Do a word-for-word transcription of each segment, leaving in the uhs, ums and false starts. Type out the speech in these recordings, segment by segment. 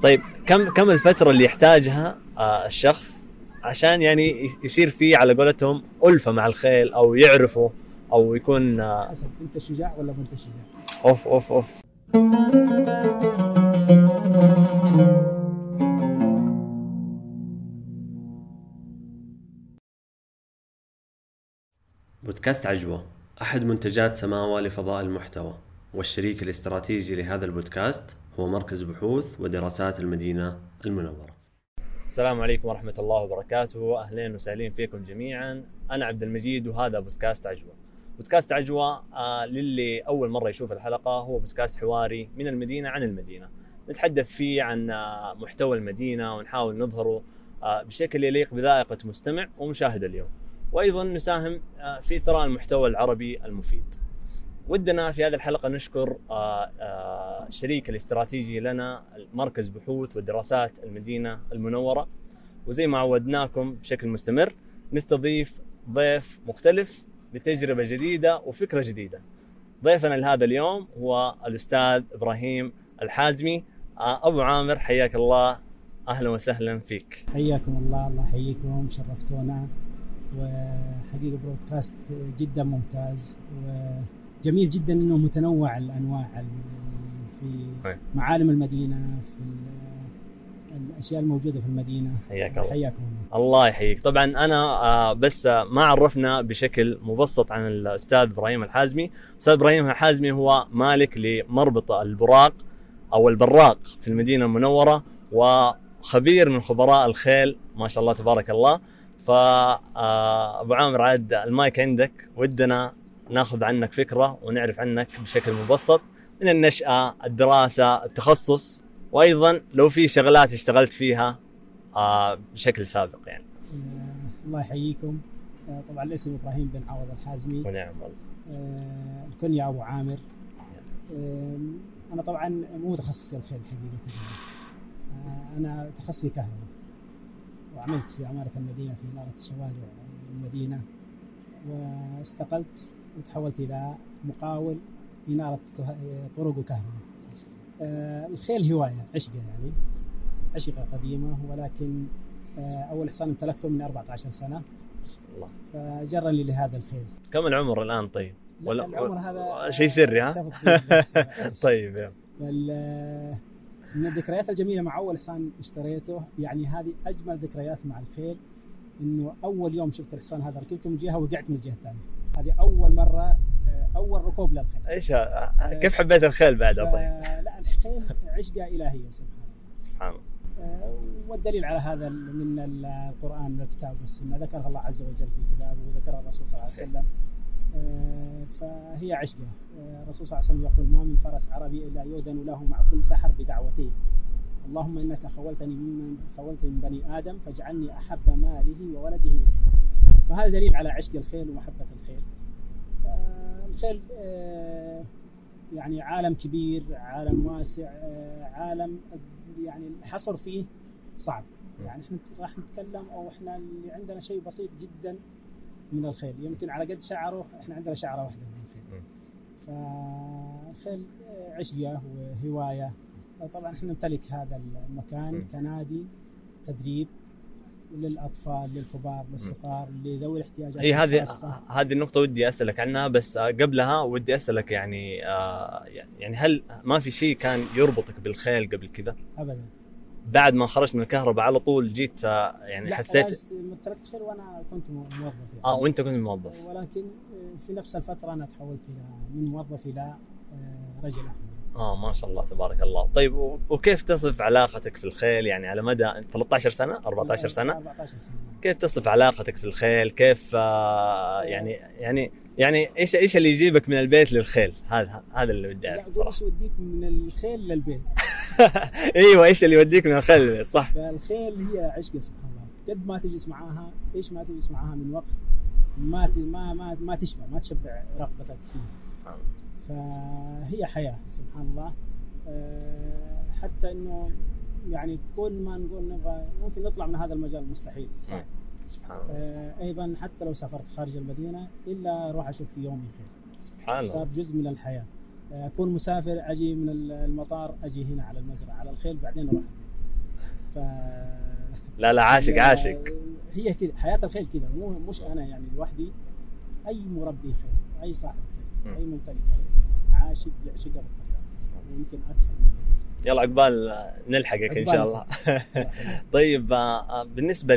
طيب كم كم الفترة اللي يحتاجها آه الشخص عشان يعني يصير فيه على قولتهم ألفة مع الخيل أو يعرفه أو يكون آه حسب انت شجاع ولا ما انت شجاع. اوف اوف اوف بودكاست عجوة أحد منتجات سماوة لفضاء المحتوى، والشريك الاستراتيجي لهذا البودكاست هو مركز بحوث ودراسات المدينة المنورة. السلام عليكم ورحمة الله وبركاته، أهلين وسهلين فيكم جميعا. أنا عبد المجيد وهذا بودكاست عجوة. بودكاست عجوة آه للي أول مرة يشوف الحلقة هو بودكاست حواري من المدينة عن المدينة، نتحدث فيه عن آه محتوى المدينة ونحاول نظهره آه بشكل يليق بذائقة مستمع ومشاهد اليوم، وأيضا نساهم آه في ثراء المحتوى العربي المفيد. ودنا في هذه الحلقة نشكر آه آه الشريك الاستراتيجي لنا مركز بحوث ودراسات المدينة المنورة، وزي ما عودناكم بشكل مستمر نستضيف ضيف مختلف بتجربة جديدة وفكرة جديدة. ضيفنا لهذا اليوم هو الأستاذ إبراهيم الحازمي. أبو عامر حياك الله، أهلا وسهلا فيك. حياكم الله، الله يحييكم، شرفتونا. وحقيقة برودكاست جدا ممتاز وجميل جدا إنه متنوع الأنواع في معالم المدينة، في الأشياء الموجودة في المدينة. حياك الله. حياكم الله. الله يحييك. طبعا أنا بس ما عرفنا بشكل مبسط عن الأستاذ إبراهيم الحازمي. الأستاذ إبراهيم الحازمي هو مالك لمربط البراق أو البراق في المدينة المنورة، وخبير من خبراء الخيل ما شاء الله تبارك الله. فأبو عامر عاد المايك عندك، ودنا ناخذ عنك فكرة ونعرف عنك بشكل مبسط من النشأة، الدراسة، التخصص، وأيضا لو في شغلات اشتغلت فيها آه بشكل سابق يعني. آه الله يحييكم. آه طبعا الاسم إبراهيم بن عوض الحازمي. ونعم والله. آه الكنية أبو عامر. آه أنا طبعا مو متخصص الخيل حقيقة. آه أنا تخصصي كهرباء، وعملت في عمارة المدينة في إنارة شوارع المدينة، واستقلت وتحولت إلى مقاول إنارة طرق وكهرباء. آه الخيل هواية عشقة، يعني عشقة قديمة، ولكن آه أول حصان امتلكته من أربعة عشر سنة. الله. فجرني لهذا الخيل. كم العمر الآن طيب؟ ولا العمر هذا شيء سري ها؟ طيب يا. من الذكريات الجميلة مع أول حصان اشتريته، يعني هذه أجمل ذكريات مع الخيل، إنه أول يوم شفت الحصان هذا ركبته من جهة وقعت من الجهة الثانية. هذه أول مرة، أول ركوب للخيل. إيش كيف حبيت الخيل بعدها طيب؟ لا الخيل عشقة إلهية سبحان الله. سبحان الله. والدليل على هذا من القرآن والكتاب والسنة، ذكرها الله عز وجل في كتابه وذكرها الرسول صلى الله عليه وسلم. فهي عشقة. الرسول صلى الله عليه وسلم يقول: ما من فرس عربي إلا يؤذن له مع كل سحر بدعوتين: اللهم إنك خولتني من خولتني من بني آدم فاجعلني أحب ماله وولده إليه. فهذا دليل على عشق الخيل ومحبة الخيل. الخيل يعني عالم كبير، عالم واسع، عالم يعني الحصر فيه صعب. يعني احنا راح نتكلم او احنا اللي عندنا شيء بسيط جدا من الخيل، يمكن على قد شعره، احنا عندنا شعره واحده من الخيل. فالخيل عشقه وهوايه. طبعا احنا نمتلك هذا المكان كنادي تدريب للأطفال، للكبار، للصغار، لذوي الاحتياجات هي هذه هذه النقطة ودي أسألك عنها، بس قبلها ودي أسألك يعني آه يعني هل ما في شيء كان يربطك بالخيل قبل كذا؟ أبدا. بعد ما خرجت من الكهرباء على طول جيت آه يعني لا حسيت؟ لا تركت خيل وأنا كنت موظف يعني. آه وأنت كنت موظف. ولكن في نفس الفترة أنا تحولت إلى من موظف إلى رجل أحمد. آه ما شاء الله تبارك الله. طيب وكيف تصف علاقتك في الخيل يعني على مدى ثلاثة عشر سنة أربعة عشر سنة؟ أربعة عشر سنة. كيف تصف علاقتك في الخيل؟ كيف آه يعني يعني يعني إيش إيش اللي يجيبك من البيت للخيل؟ هذا هذا اللي بدي أعرفه صراحة. إيش يوديك من الخيل للبيت؟ أيوة إيش اللي يوديك من الخيل للبيت؟ صح. الخيل هي عشقة سبحان الله. قد ما تجلس معاها، إيش ما تجلس معاها من وقت ما ما ما ما تشبع ما تشبع رغبتك فيها. فهي حياة سبحان الله. أه حتى إنه يعني كل ما نقول نبغى ممكن نطلع من هذا المجال مستحيل. صح. سبحان الله. أه أيضا حتى لو سافرت خارج المدينة إلا أروح أشوف في يومي خير. سبحان الله. صار جزء من الحياة. أكون مسافر أجي من المطار أجي هنا على المزرعة على الخيل بعدين أروح. ف لا لا عاشق عاشق. هي كذا حياة الخيل كذا، مو مش أنا يعني لوحدي، أي مربي خيل، أي صاحب خيل، أي ممتلك خيل عاشق يعشقها بالطريقة، ويمكن أكثر من كذا. يلا عقبال نلحقك إن شاء الله. طيب بالنسبة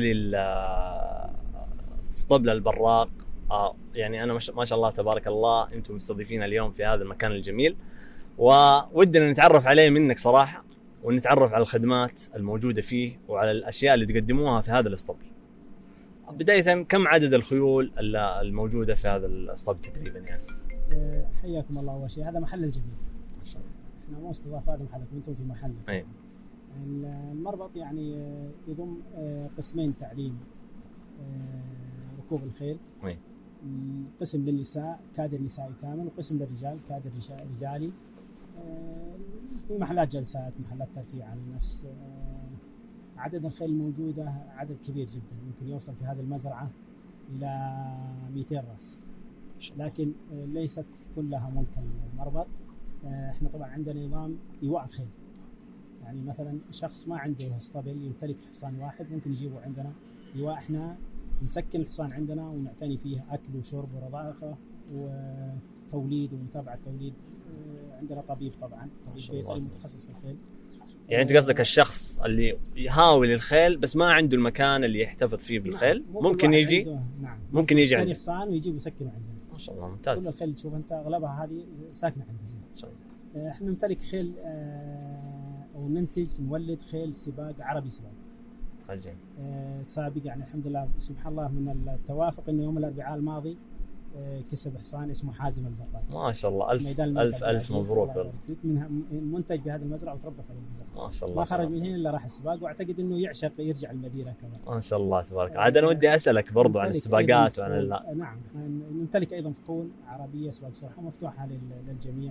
للاسطبل البراق، يعني أنا ما شاء الله تبارك الله أنتم مستضيفين اليوم في هذا المكان الجميل، وودنا نتعرف عليه منك صراحة، ونتعرف على الخدمات الموجودة فيه وعلى الأشياء اللي تقدموها في هذا الاسطبل. بداية كم عدد الخيول الموجودة في هذا الاسطبل تقريبا يعني؟ حياكم الله. أول شيء هذا محل الجميل ما شاء الله، احنا مو استضافة، هذا محلك وانتم في محلك. أيوة. المربط يعني يضم قسمين تعليم ركوب الخيل. أيوة. قسم للنساء كادر نسائي كامل، وقسم للرجال كادر رجالي. في محلات جلسات، محلات ترفيه عن النفس. عدد الخيل الموجودة عدد كبير جدا، ممكن يوصل في هذه المزرعة إلى مئتين رأس، لكن ليست كلها ملك المربط. احنا طبعا عندنا نظام إيواء خيل، يعني مثلا شخص ما عنده اسطبل يمتلك حصان واحد ممكن يجيبه عندنا إيواء. احنا نسكن الحصان عندنا ونعتني فيه أكل وشرب ورضاعة وتوليد ومتابعة توليد. عندنا طبيب طبعا، طبيب بيطري متخصص في الخيل. يعني انت قصدك الشخص اللي يهاوي الخيل بس ما عنده المكان اللي يحتفظ فيه بالخيل، نعم. ممكن يجي عنده. نعم. ممكن يجي عنده حصان ويجي ويسكنه عندنا. ما شاء الله ممتاز. كل الخيل تشوف انت اغلبها هذه ساكنه عندنا. آه احنا نمتلك خيل آه او ننتج نولد خيل سباق عربي سباق. عجيب. آه سابق يعني الحمد لله سبحان الله من التوافق انه يوم الاربعاء الماضي كسب حصان اسمه حازم البراق. ما شاء الله. ألف ألف ألف مبروك. من منتج بهذه المزرعة وتربى في هذه المزرعة. ما شاء الله. ما خرج من هنا إلا راح السباق، وأعتقد إنه يعشق يرجع المدينة كمان. ما شاء الله تبارك. عاد أنا ودي أسألك برضو عن السباقات وعن لا. نعم نمتلك أيضا فحول عربية سباق صراحة مفتوحة للجميع،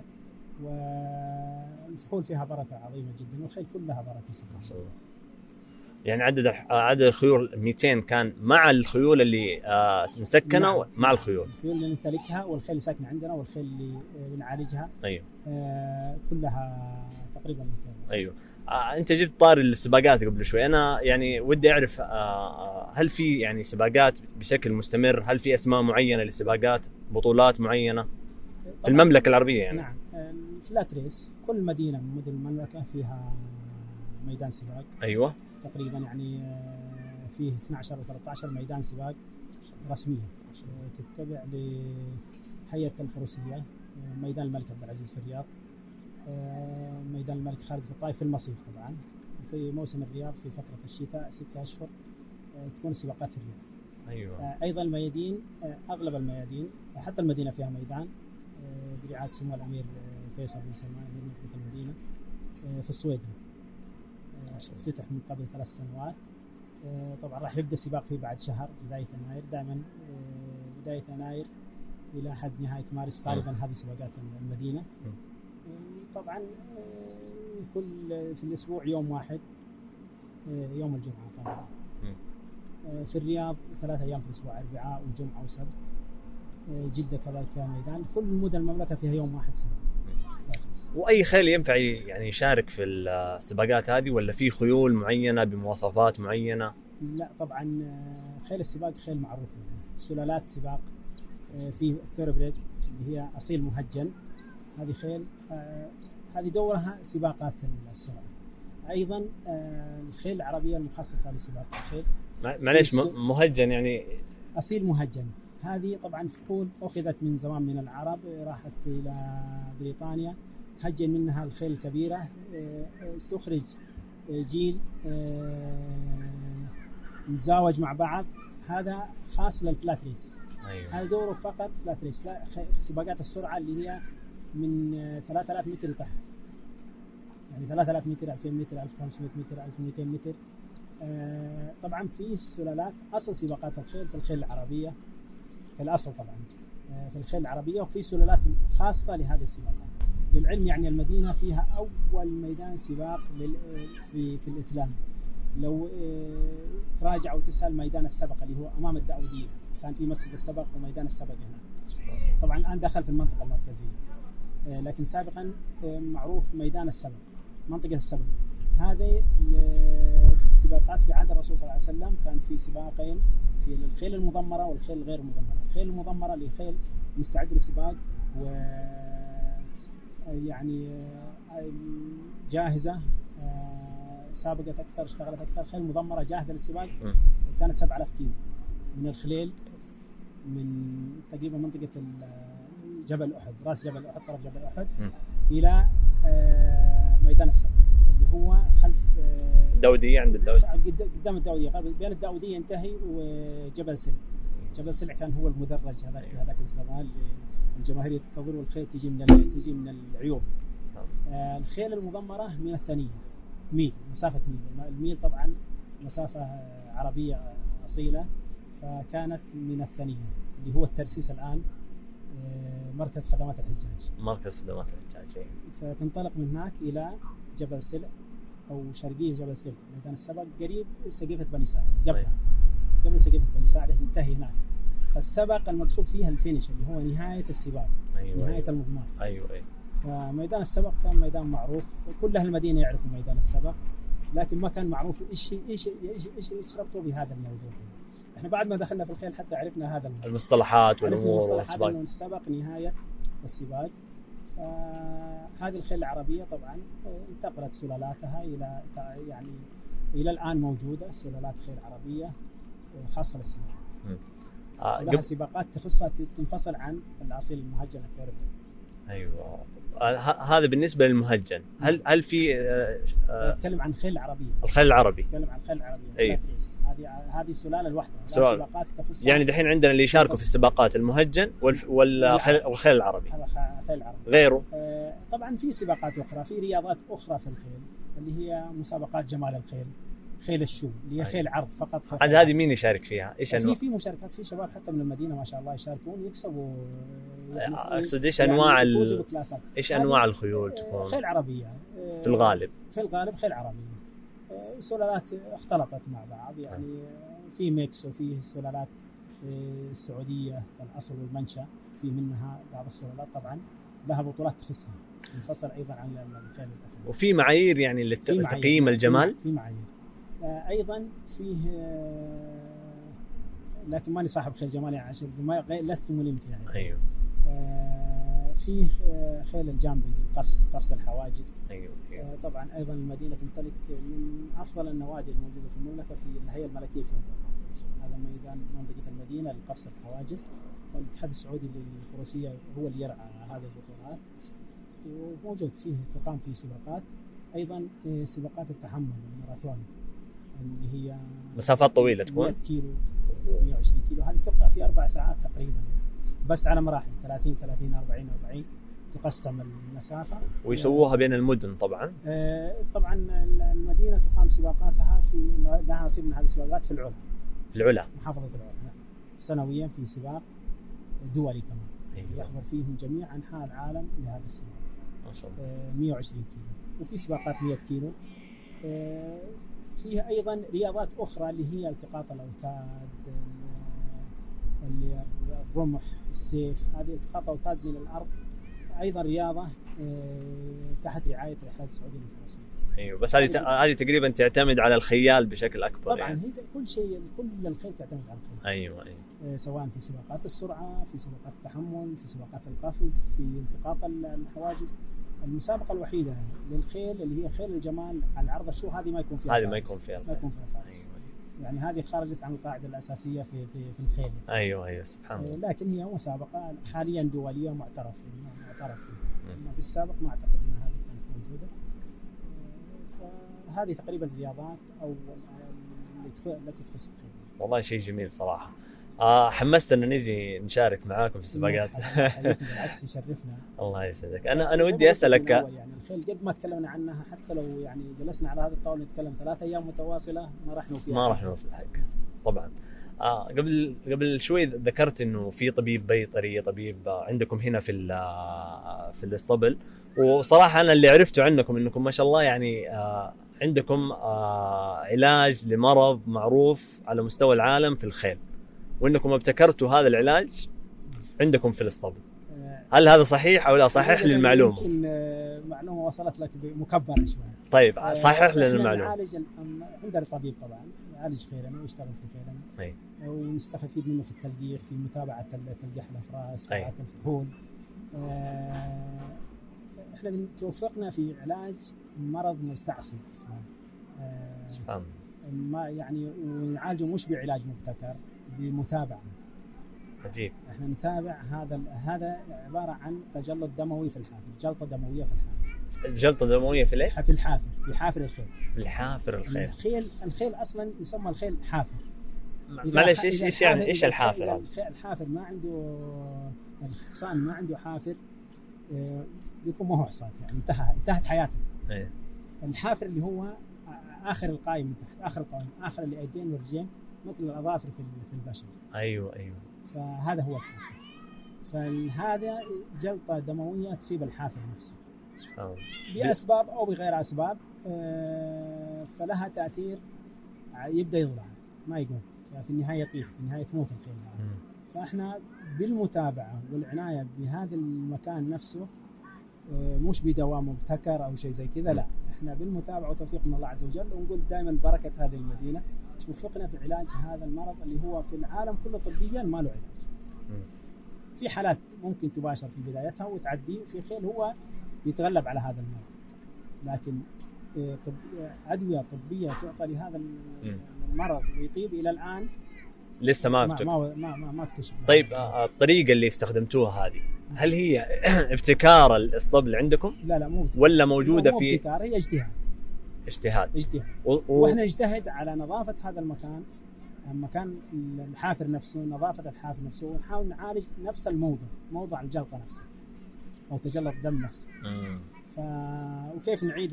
والفحول فيها بركة عظيمة جدا، والخيل كلها بركة سبحان الله. يعني عدد عدد الخيول مئتين كان مع الخيول اللي آه مسكنه. نعم. مع الخيول الخيول اللي نمتلكها والخيل اللي ساكنه عندنا والخيل اللي بنعالجها. ايوه. آه كلها تقريبا مئتين. ايوه. آه انت جبت طار السباقات قبل شوي، انا يعني ودي اعرف آه هل في يعني سباقات بشكل مستمر؟ هل في اسماء معينه للسباقات، بطولات معينه في المملكه العربيه يعني؟ نعم. الفلات ريس كل مدينه من مدن المملكه فيها ميدان سباق. ايوه. تقريبا يعني فيه اثني عشر أو ثلاثة عشر ميدان سباق رسمية تتبع لهيئة الفروسية. ميدان الملك عبد العزيز في الرياض، ميدان الملك خالد في الطائف في المصيف طبعا. في موسم الرياض في فترة الشتاء ستة أشهر تكون سباقات في الرياض. أيوة. أيضا الميادين، أغلب الميادين حتى المدينة فيها ميدان برعاية سمو الأمير فيصل بن سلمان أمير منطقة المدينة في السويد، افتتح من قبل ثلاث سنوات. طبعا راح يبدأ السباق فيه بعد شهر بداية يناير، دائما بداية يناير إلى حد نهاية مارس غالبا هذه سباقات المدينة. طبعا كل في الأسبوع يوم واحد، يوم الجمعة غالبا. في الرياض ثلاثة أيام في الأسبوع، أربعاء وجمعة وسبت. جدة كذلك فيها ميدان. كل مدن المملكة فيها يوم واحد سباق. واي خيل ينفع يعني يشارك في السباقات هذه، ولا في خيول معينه بمواصفات معينه؟ لا طبعا خيل السباق خيل معروف، سلالات سباق. في ثوربريد اللي هي اصيل مهجن، هذه خيل هذه دورها سباقات السرعه. ايضا الخيل العربيه المخصصه لسباق الخيل. معليش مهجن يعني اصيل مهجن، هذه طبعا فحول أخذت من زمان من العرب، راحت إلى بريطانيا تهجن منها الخيل الكبيرة، استخرج جيل متزاوج مع بعض. هذا خاص للفلات ريس. أيوة. هذا دوره فقط فلات ريس، سباقات السرعة اللي هي من ثلاثة آلاف متر وتحت، يعني ثلاثة آلاف متر، ألفين متر، ألف وخمسمائة متر، ألف ومئتين متر. طبعا في سلالات أصل سباقات الخيل في الخيل العربية في الأصل طبعا في الخيل العربية، وفي سلالات خاصة لهذه السباقات. للعلم يعني المدينة فيها أول ميدان سباق في في الإسلام. لو تراجع وتسأل ميدان السبق اللي هو أمام الداودية، كان في مسجد السبق وميدان السبق هنا. طبعا الآن دخل في المنطقة المركزية، لكن سابقا معروف ميدان السبق، منطقة السبق. هذه الرسول صلى الله عليه وسلم كان في سباقين في الخيل المضمرة والخيل الغير مضمرة. الخيل المضمرة اللي خيل مستعد للسباق و يعني جاهزة، سابقت أكثر، اشتغلت أكثر. خيل مضمرة جاهزة للسباق كانت سبعة آلاف كيلو من الخليل، من تقريبا منطقة جبل أحد، رأس جبل أحد، طرف جبل أحد، م. إلى ميدان السبق اللي هو خلف الداودية، عند الداودية، قدام الداودية، بين الداودية ينتهي وجبل سلع. جبل سلع كان هو المدرج هذاك في هذاك الزمان، الجماهير تنتظر والخيل تجي من تجي من العيون. آه الخيل المضمرة من الثانية ميل، مسافة ميل. الميل طبعا مسافة عربية أصيلة، فكانت من الثانية اللي هو الترسيس الآن، آه مركز خدمات الحجاج. مركز خدمات الحجاج. فتنطلق من هناك إلى جبل سلع أو شرقية جبل سلع، ميدان السبق قريب سقيفة بني ساعدة، قبلها قبل سقيفة بني ساعدة تنتهي هناك. فالسبق المقصود فيها الفينش اللي هو نهاية السباق، أيوة نهاية أيوة. المضمار. أيوة أيوة. فميدان السبق كان ميدان معروف، كل أهل المدينة يعرفوا ميدان السبق، لكن ما كان معروف إيش إيش إيش إيش إيش ربطوا بهذا الموضوع. إحنا بعد ما دخلنا في الخيل حتى عرفنا هذا الموضوع. المصطلحات والأمور والسباق، إنه السبق نهاية السباق. فهذه الخيل العربية طبعا انتقلت سلالاتها إلى يعني إلى الآن موجودة سلالات خيل عربية خاصة للسباق. آه لها سباقات تخصها تنفصل عن الأصيل المهجن الثوري. أيوة. آه هذا بالنسبة للمهجن. هل هل في آه آه أتكلم عن خيل العربية. الخيل العربي. أتكلم عن الخيل العربية. أيوة. هذه هذه سلالة الواحدة. سباقات تخصها. يعني دحين عندنا اللي يشاركوا في السباقات المهجن والخيل والخيل العربي. الخيل العربي. غيره. آه طبعا في سباقات أخرى، في رياضات أخرى في الخيل اللي هي مسابقات جمال الخيل. خيل الشو اللي هي خيل عرض فقط. عند هذه مين يشارك فيها؟ ايش انواع؟ في في مشاركات، في شباب حتى من المدينه ما شاء الله يشاركون ويكسبوا. اقصد ايش انواع يعني ال... ايش انواع الخيول تكون؟ خيل عربيه في الغالب. في الغالب خيل عربيه. سلالات اختلطت مع بعض، يعني في ميكس، وفي سلالات السعوديه الاصل والمنشا، في منها بعض السلالات طبعا لها بطولات تخصها، تنفصل ايضا عن الخيل الاخرى. وفي معايير يعني لتقييم الجمال. في معايير ايضا فيه، لكن ماني صاحب خيل جمال يعني عشان ما لست ملم فيها يعني. ايوه. فيه خيل الجامبنج، القفز، قفز الحواجز. ايوه, أيوة. طبعا ايضا المدينه تمتلك من افضل النوادي الموجوده في المملكه في الهيئه الملكيه في المملكه. هذا ميدان منطقه المدينه للقفز الحواجز. الاتحاد السعودي للفروسيه هو اللي يرعى هذه البطولات، وموجود فيه تقام فيه سباقات ايضا، سباقات التحمل الماراثون اللي هي مسافات طويله تكون مئة كيلو مئة وعشرين كيلو، هذه تقطع في أربع ساعات تقريبا، بس على مراحل ثلاثين ثلاثين أربعين أربعين تقسم المسافه ويسووها بين المدن. طبعا آه طبعا المدينه تقام سباقاتها في لها نصيب من هذه السباقات في العلا. في العلا محافظه العلا سنويا في سباق دولي كمان. أيوة. يحضر فيه من جميع انحاء العالم لهذا السباق ما شاء الله. آه مئة وعشرين كيلو، وفي سباقات مئة كيلو. آه فيها أيضا رياضات أخرى اللي هي التقاط الأوتاد، اللي الرمح، السيف، هذه التقاط أوتاد من الأرض، أيضا رياضة تحت رعاية الاتحاد السعودي للفروسية. أيوة، بس هذه هذه تقريبا تعتمد على الخيال بشكل أكبر. طبعا يعني. هي كل شيء، كل الخيل تعتمد على الخيل. أيوة أيوة. سواء في سباقات السرعة، في سباقات التحمل، في سباقات القفز، في التقاط الحواجز. المسابقة الوحيدة للخيل اللي هي خيل الجمال على عرض الشو، هذه ما يكون فيها هذه ما يكون فيها ما يكون فيها فارس. أيوة. يعني هذه خرجت عن القاعدة الأساسية في في في الخيل. أيوة أيوة سبحان الله. لكن هي مسابقة حاليا دولية معترف معترف فيها. أما في السابق ما أعتقد أن هذه كانت موجودة. فهذه تقريبا الرياضات أو التي تخص الخيل. والله شيء جميل صراحة. آه حمست أن نجي نشارك معاكم في السباقات. بالعكس يشرفنا. الله يسعدك. أنا أنا ودي أسألك. يعني الخيل قد ما تكلمنا عنها، حتى لو يعني جلسنا على هذا الطاولة نتكلم ثلاث أيام متواصلة ما راح نوفي. ما راح نوفي الحق. طبعا. آه قبل قبل شوي ذكرت إنه في طبيب بيطري، طبيب عندكم هنا في في الاسطبل، وصراحة أنا اللي عرفته عنكم إنكم ما شاء الله يعني آه عندكم آه علاج لمرض معروف على مستوى العالم في الخيل، وإنكم ابتكرتوا هذا العلاج عندكم في الاسطبل. هل هذا صحيح او لا؟ صحيح لي المعلومه. يمكن معلومه وصلت لك مكبره شوي. طيب صحح لنا المعلومه. نعالج عندنا طبيب طبعا يعالج خيرنا ويشتغل في خيرنا. اي. ونستفيد منه في التلقيح، في متابعه تلقيح الافراس، متابعه الفحول. احنا توفقنا في علاج مرض مستعصي اصلا. سبحان ما يعني ونعالجه مش بعلاج مبتكر، بمتابعه. عجيب. احنا نتابع هذا هذا عباره عن تجلط دموي في الحافر، جلطه دمويه في الحافر. جلطه دمويه في ايش؟ في الحافر، في حافر الخيل. في الحافر الخيل. الخيل الخيل اصلا يسمى الخيل حافر. معلش ايش ايش يعني ايش الحافر هذا؟ الحافر ما عنده، الحصان ما عنده حافر بيكون ما هو حصان، يعني انتهى انتهت حياته. ايه. الحافر اللي هو اخر القائم من تحت، اخر القائم، اخر الايدين والرجلين، مثل الاظافر في في البشر. ايوه ايوه. فهذا هو الحافر. فهذا جلطه دمويه تصيب الحافر نفسه. سبحان الله. باسباب او بغير اسباب، فلها تاثير، يبدا يضرع ما يقوم، ففي النهايه يطيح، في النهايه تموت الخيل. فاحنا بالمتابعه والعنايه بهذا المكان نفسه، مش بدواء مبتكر او شيء زي كذا، لا، احنا بالمتابعه وتوفيق من الله عز وجل. ونقول دائما بركه هذه المدينه وفقنا في علاج هذا المرض اللي هو في العالم كله طبيا ما له علاج. في حالات ممكن تباشر في بدايتها وتعدي، وفي خيل هو يتغلب على هذا المرض، لكن طب ادويه طبيه تعطى لهذا المرض ويطيب الى الان لسه ما ما ما ما, ما, ما اكتشف. طيب الطريقه اللي استخدمتوها هذه هل هي ابتكار الاسطبل عندكم؟ لا لا مو ابتكار. ولا موجوده مو في ابتكار، هي اجتهاد. اجتهاد اجتهاد و... و... واحنا نجتهد على نظافه هذا المكان، مكان الحافر نفسه، نظافه الحافر نفسه، ونحاول نعالج نفس الموضع، موضع الجلطه نفسه او تجلط الدم نفسه. امم ف... وكيف نعيد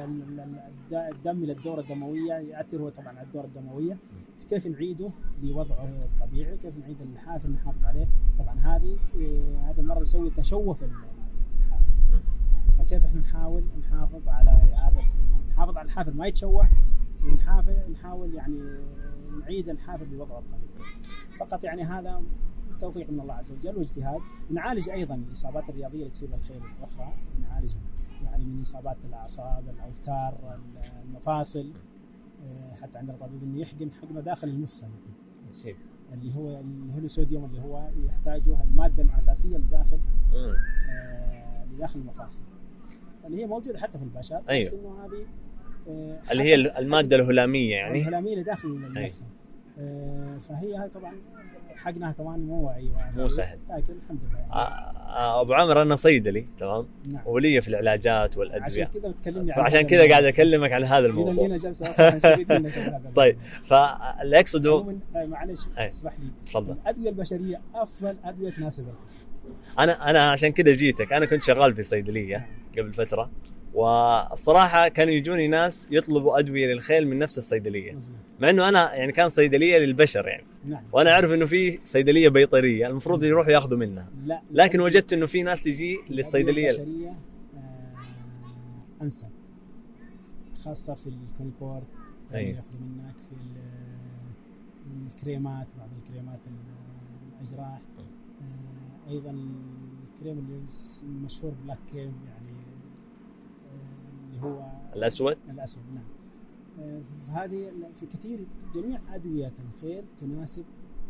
الدم الى الدوره الدمويه، ياثر هو طبعا على الدوره الدمويه، كيف نعيده لوضعه الطبيعي، وكيف نعيد الحافر نحافظ عليه. طبعا هذه هذا المرض يسوي تشوه في الحافر، فكيف احنا نحاول نحافظ على اعاده، نحافظ على الحافر ما يتشوه، ونحافظ نحاول يعني نعيد الحافر لوضعه الطبيعي فقط. يعني هذا توفيق من الله عز وجل واجتهاد. نعالج ايضا الاصابات الرياضيه اللي تصيب الخيل الاخرى، نعالجها يعني من اصابات الاعصاب، الاوتار، المفاصل، حتى عندنا طبيب انه يحقن حقنه داخل المفصل اللي هو الهيلوسوديوم، اللي هو يحتاجه الماده الاساسيه لداخل آه لداخل المفاصل، اللي هي موجوده حتى في البشر. أيوه. بس انه هذه آه اللي هي الماده الهلاميه، يعني الهلاميه اللي داخل المفصل. آه فهي هاي طبعا حقنها كمان مو وعي مو سهل، لكن الحمد لله. آه ابو عمر انا صيدلي تمام. نعم. ولي في العلاجات والادويه، عشان كذا بتكلمني عشان كذا قاعد اكلمك عن هذا الموضوع. اذا لينا جلسه اخرى. طيب فاللي اقصده معلش اسمح لي، تفضل. الادويه البشريه افضل ادويه تناسب انا انا عشان كذا جيتك. انا كنت شغال في صيدليه قبل فتره، والصراحه كانوا يجوني ناس يطلبوا ادويه للخيل من نفس الصيدليه، مزبوط. مع انه انا يعني كان صيدليه للبشر يعني. نعم. وانا اعرف انه في صيدليه بيطريه المفروض نعم. يروحوا ياخذوا منها. لا. لكن لا. وجدت انه في ناس تجي للصيدليه البشريه آه انسب، خاصه في الكونيكور ياخذوا منك، في الكريمات، بعض الكريمات الاجراح، آه ايضا الكريم اللي المشهور بلاك كريم، يعني اللي هو الاسود الاسود نعم. هذه في كثير، جميع ادويه الخيل تناسب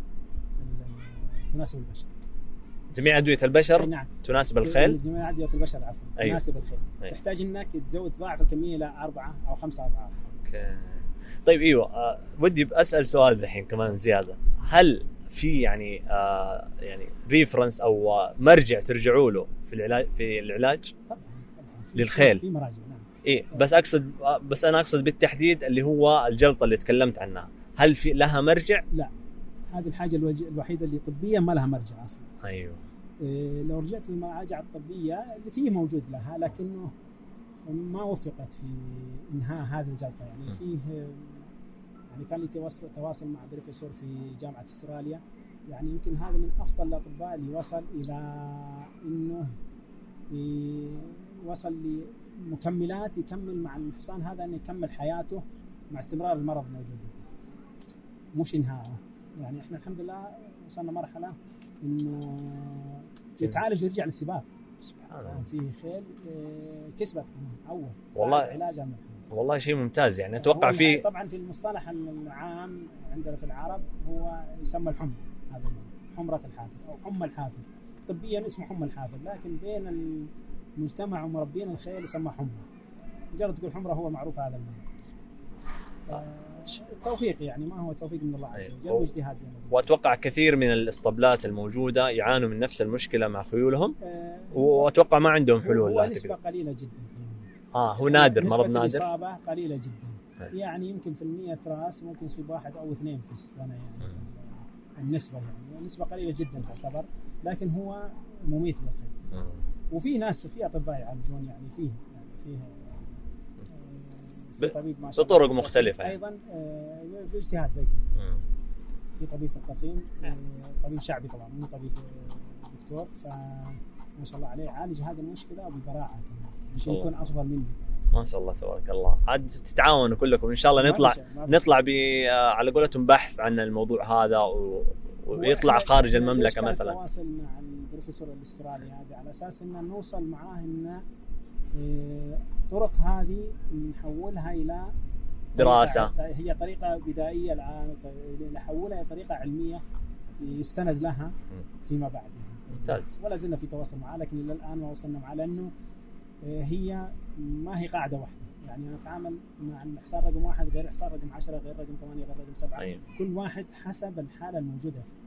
تناسب البشر. جميع ادويه البشر أي نعم. تناسب الخيل. جميع ادويه البشر عفوا أيوه. تناسب الخيل. أيوه. تحتاج انك تزود ضعف الكميه الى اربعه او خمسه اضعاف. اوكي. طيب ايوه أه ودي اسال سؤال الحين كمان زياده. هل في يعني آه يعني ريفرنس او مرجع ترجعوا له في العلاج في العلاج؟ طبعا طبعا للخيل في مراجع نعم. ايه بس اقصد بس انا اقصد بالتحديد اللي هو الجلطه اللي تكلمت عنها، هل في لها مرجع؟ لا، هذه الحاجه الوحيده اللي طبيا ما لها مرجع اصلا. ايوه. إيه لو رجعت للمراجع الطبيه اللي فيه موجود لها، لكنه ما وفقت في انهاء هذه الجلطه. يعني م. فيه يعني كان لي تواصل مع بروفيسور في جامعه استراليا، يعني يمكن هذا من افضل الاطباء اللي وصل الى انه وصل لمكملات يكمل مع الحصان هذا انه يكمل حياته مع استمرار المرض موجود، مش انهاءه. يعني احنا الحمد لله وصلنا مرحله انه يتعالج ويرجع للسباق. سبحان الله. يعني فيه خيل كسبت كمان اول والله علاجها من والله شيء ممتاز. يعني اتوقع في طبعا في المصطلح العام عندنا في العرب هو يسمى الحمى، هذا حمرة الحافر او حمى الحافر، طبيا اسمه حمى الحافر، لكن بين المجتمع ومربين الخيل يسمى حمرة. مجرد تقول حمرة هو معروف هذا المرض. التوفيق يعني ما هو توفيق من الله عز وجل واجتهاد زي ما قلت. واتوقع كثير من الاسطبلات الموجوده يعانوا من نفس المشكله مع خيولهم، آه واتوقع ما عندهم حلول. هو نسبه قليله جدا. اه هو نادر، مرض نادر. الاصابه قليله جدا. هي. يعني يمكن في المية راس ممكن يصيب واحد او اثنين في السنه يعني. م. النسبه يعني نسبه قليله جدا تعتبر، لكن هو مميت للخيل. وفي ناس في اطباء يعالجون يعني فيه يعني فيه في طبيب ما شاء الله بطرق مختلفة أيضا باجتهاد زي كذا. في طبيب في القصيم طبيب شعبي طبعا مو طبيب دكتور، فما شاء الله عليه عالج هذه المشكلة وببراعة يمكن يكون أفضل مني. ما شاء الله تبارك الله. عاد تتعاونوا كلكم إن شاء الله. نطلع نطلع ب على قولتهم بحث عن الموضوع هذا و... ويطلع خارج المملكة مثلا. تواصل مع البروفيسور الاسترالي هذا على أساس إن نوصل معاه إن الطرق هذه نحولها إلى دراسة. هي طريقة بدائية الآن نحولها إلى طريقة علمية يستند لها فيما بعد. ممتاز. ولا زلنا في تواصل معاه، لكن إلى الآن ما وصلنا معاه لأنه هي ما هي قاعدة واحدة. يعني نتعامل مع الحصار رقم واحد غير حصار رقم عشرة غير رقم ثمانية غير رقم سبعة. أيوة. كل واحد حسب الحالة الموجودة فيه.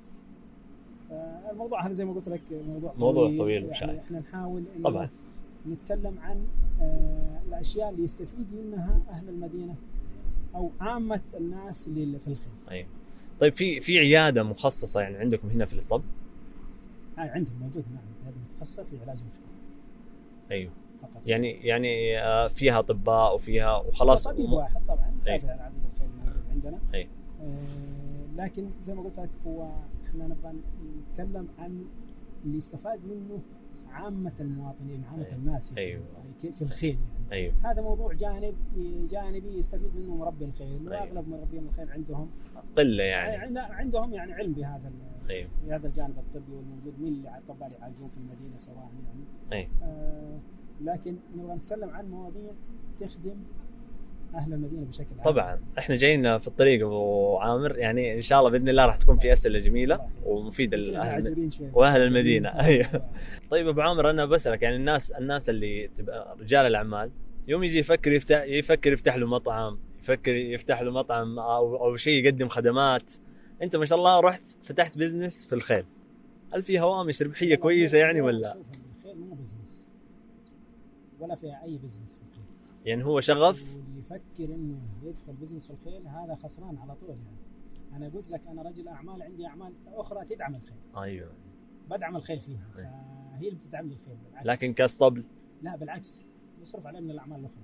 الموضوع هذا زي ما قلت لك موضوع موضوع طويل, طويل يعني احنا نحاول إنه طبعا نتكلم عن آه الأشياء اللي يستفيد منها أهل المدينة أو عامة الناس اللي في الخيل. أيوة. طيب في في عيادة مخصصة يعني عندكم هنا في الاسطبل؟ آه عندنا موجود نعم عيادة متخصصة في علاج الخيل. أيوة. فقط. يعني يعني آه فيها أطباء وفيها وخلاص. طبيب واحد طبعا كافي على أيوة. عدد الخيل الموجود عندنا. أيوة. آه لكن زي ما قلت لك هو احنا نبغى نتكلم عن اللي يستفاد منه عامة المواطنين عامة أيوة. الناس يعني أيوة. في الخيل يعني. أيوة. هذا موضوع جانب جانبي يستفيد منه مربي الخيل. أيوة. واغلب مربين الخيل عندهم قلة يعني عندهم يعني علم بهذا أيوة. بهذا الجانب الطبي والموجود من اللي الاطباء اللي يعالجون في المدينة سواء يعني أيوة. آه لكن نبغى نتكلم عن مواضيع تخدم أهل المدينة بشكل عام. طبعا احنا جايين في الطريق أبو عامر، يعني إن شاء الله بإذن الله راح تكون في أسئلة جميلة ومفيدة للأهل وأهل المدينة. أيوة. طيب أبو عامر أنا بسألك يعني الناس الناس اللي تبقى رجال الأعمال يوم يجي يفكر يفتح يفكر يفتح له مطعم، يفكر يفتح له مطعم أو أو شيء يقدم خدمات. أنت ما شاء الله رحت فتحت بزنس في الخيل، هل في هوامش ربحية كويسة يعني ولا؟ شوف الخيل مو بزنس ولا فيها أي بزنس في الخيل. يعني هو شغف. واللي يفكر انه يدخل بزنس في الخيل هذا خسران على طول. يعني انا قلت لك انا رجل اعمال عندي اعمال اخرى تدعم الخيل. ايوه بدعم الخيل فيها. أيوة. فهي اللي بتدعم لي الخيل بالعكس. لكن كاسطبل لا بالعكس يصرف عليه من الاعمال الاخرى.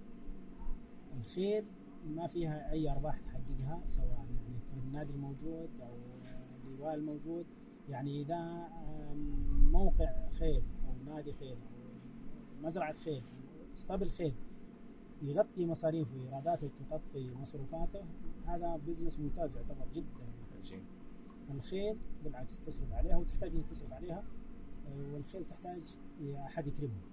الخيل ما فيها اي ارباح تحققها سواء يعني النادي الموجود او اللواء الموجود. يعني اذا موقع خيل او نادي خيل او مزرعه خيل اسطبل خيل يغطي مصاريفه وإيراداته وتغطي مصروفاته، هذا بزنس ممتاز يعتبر جدا ممتاز. الخيل بالعكس تصرف عليها وتحتاج انك تصرف عليها، والخيل تحتاج أحد يكرمها.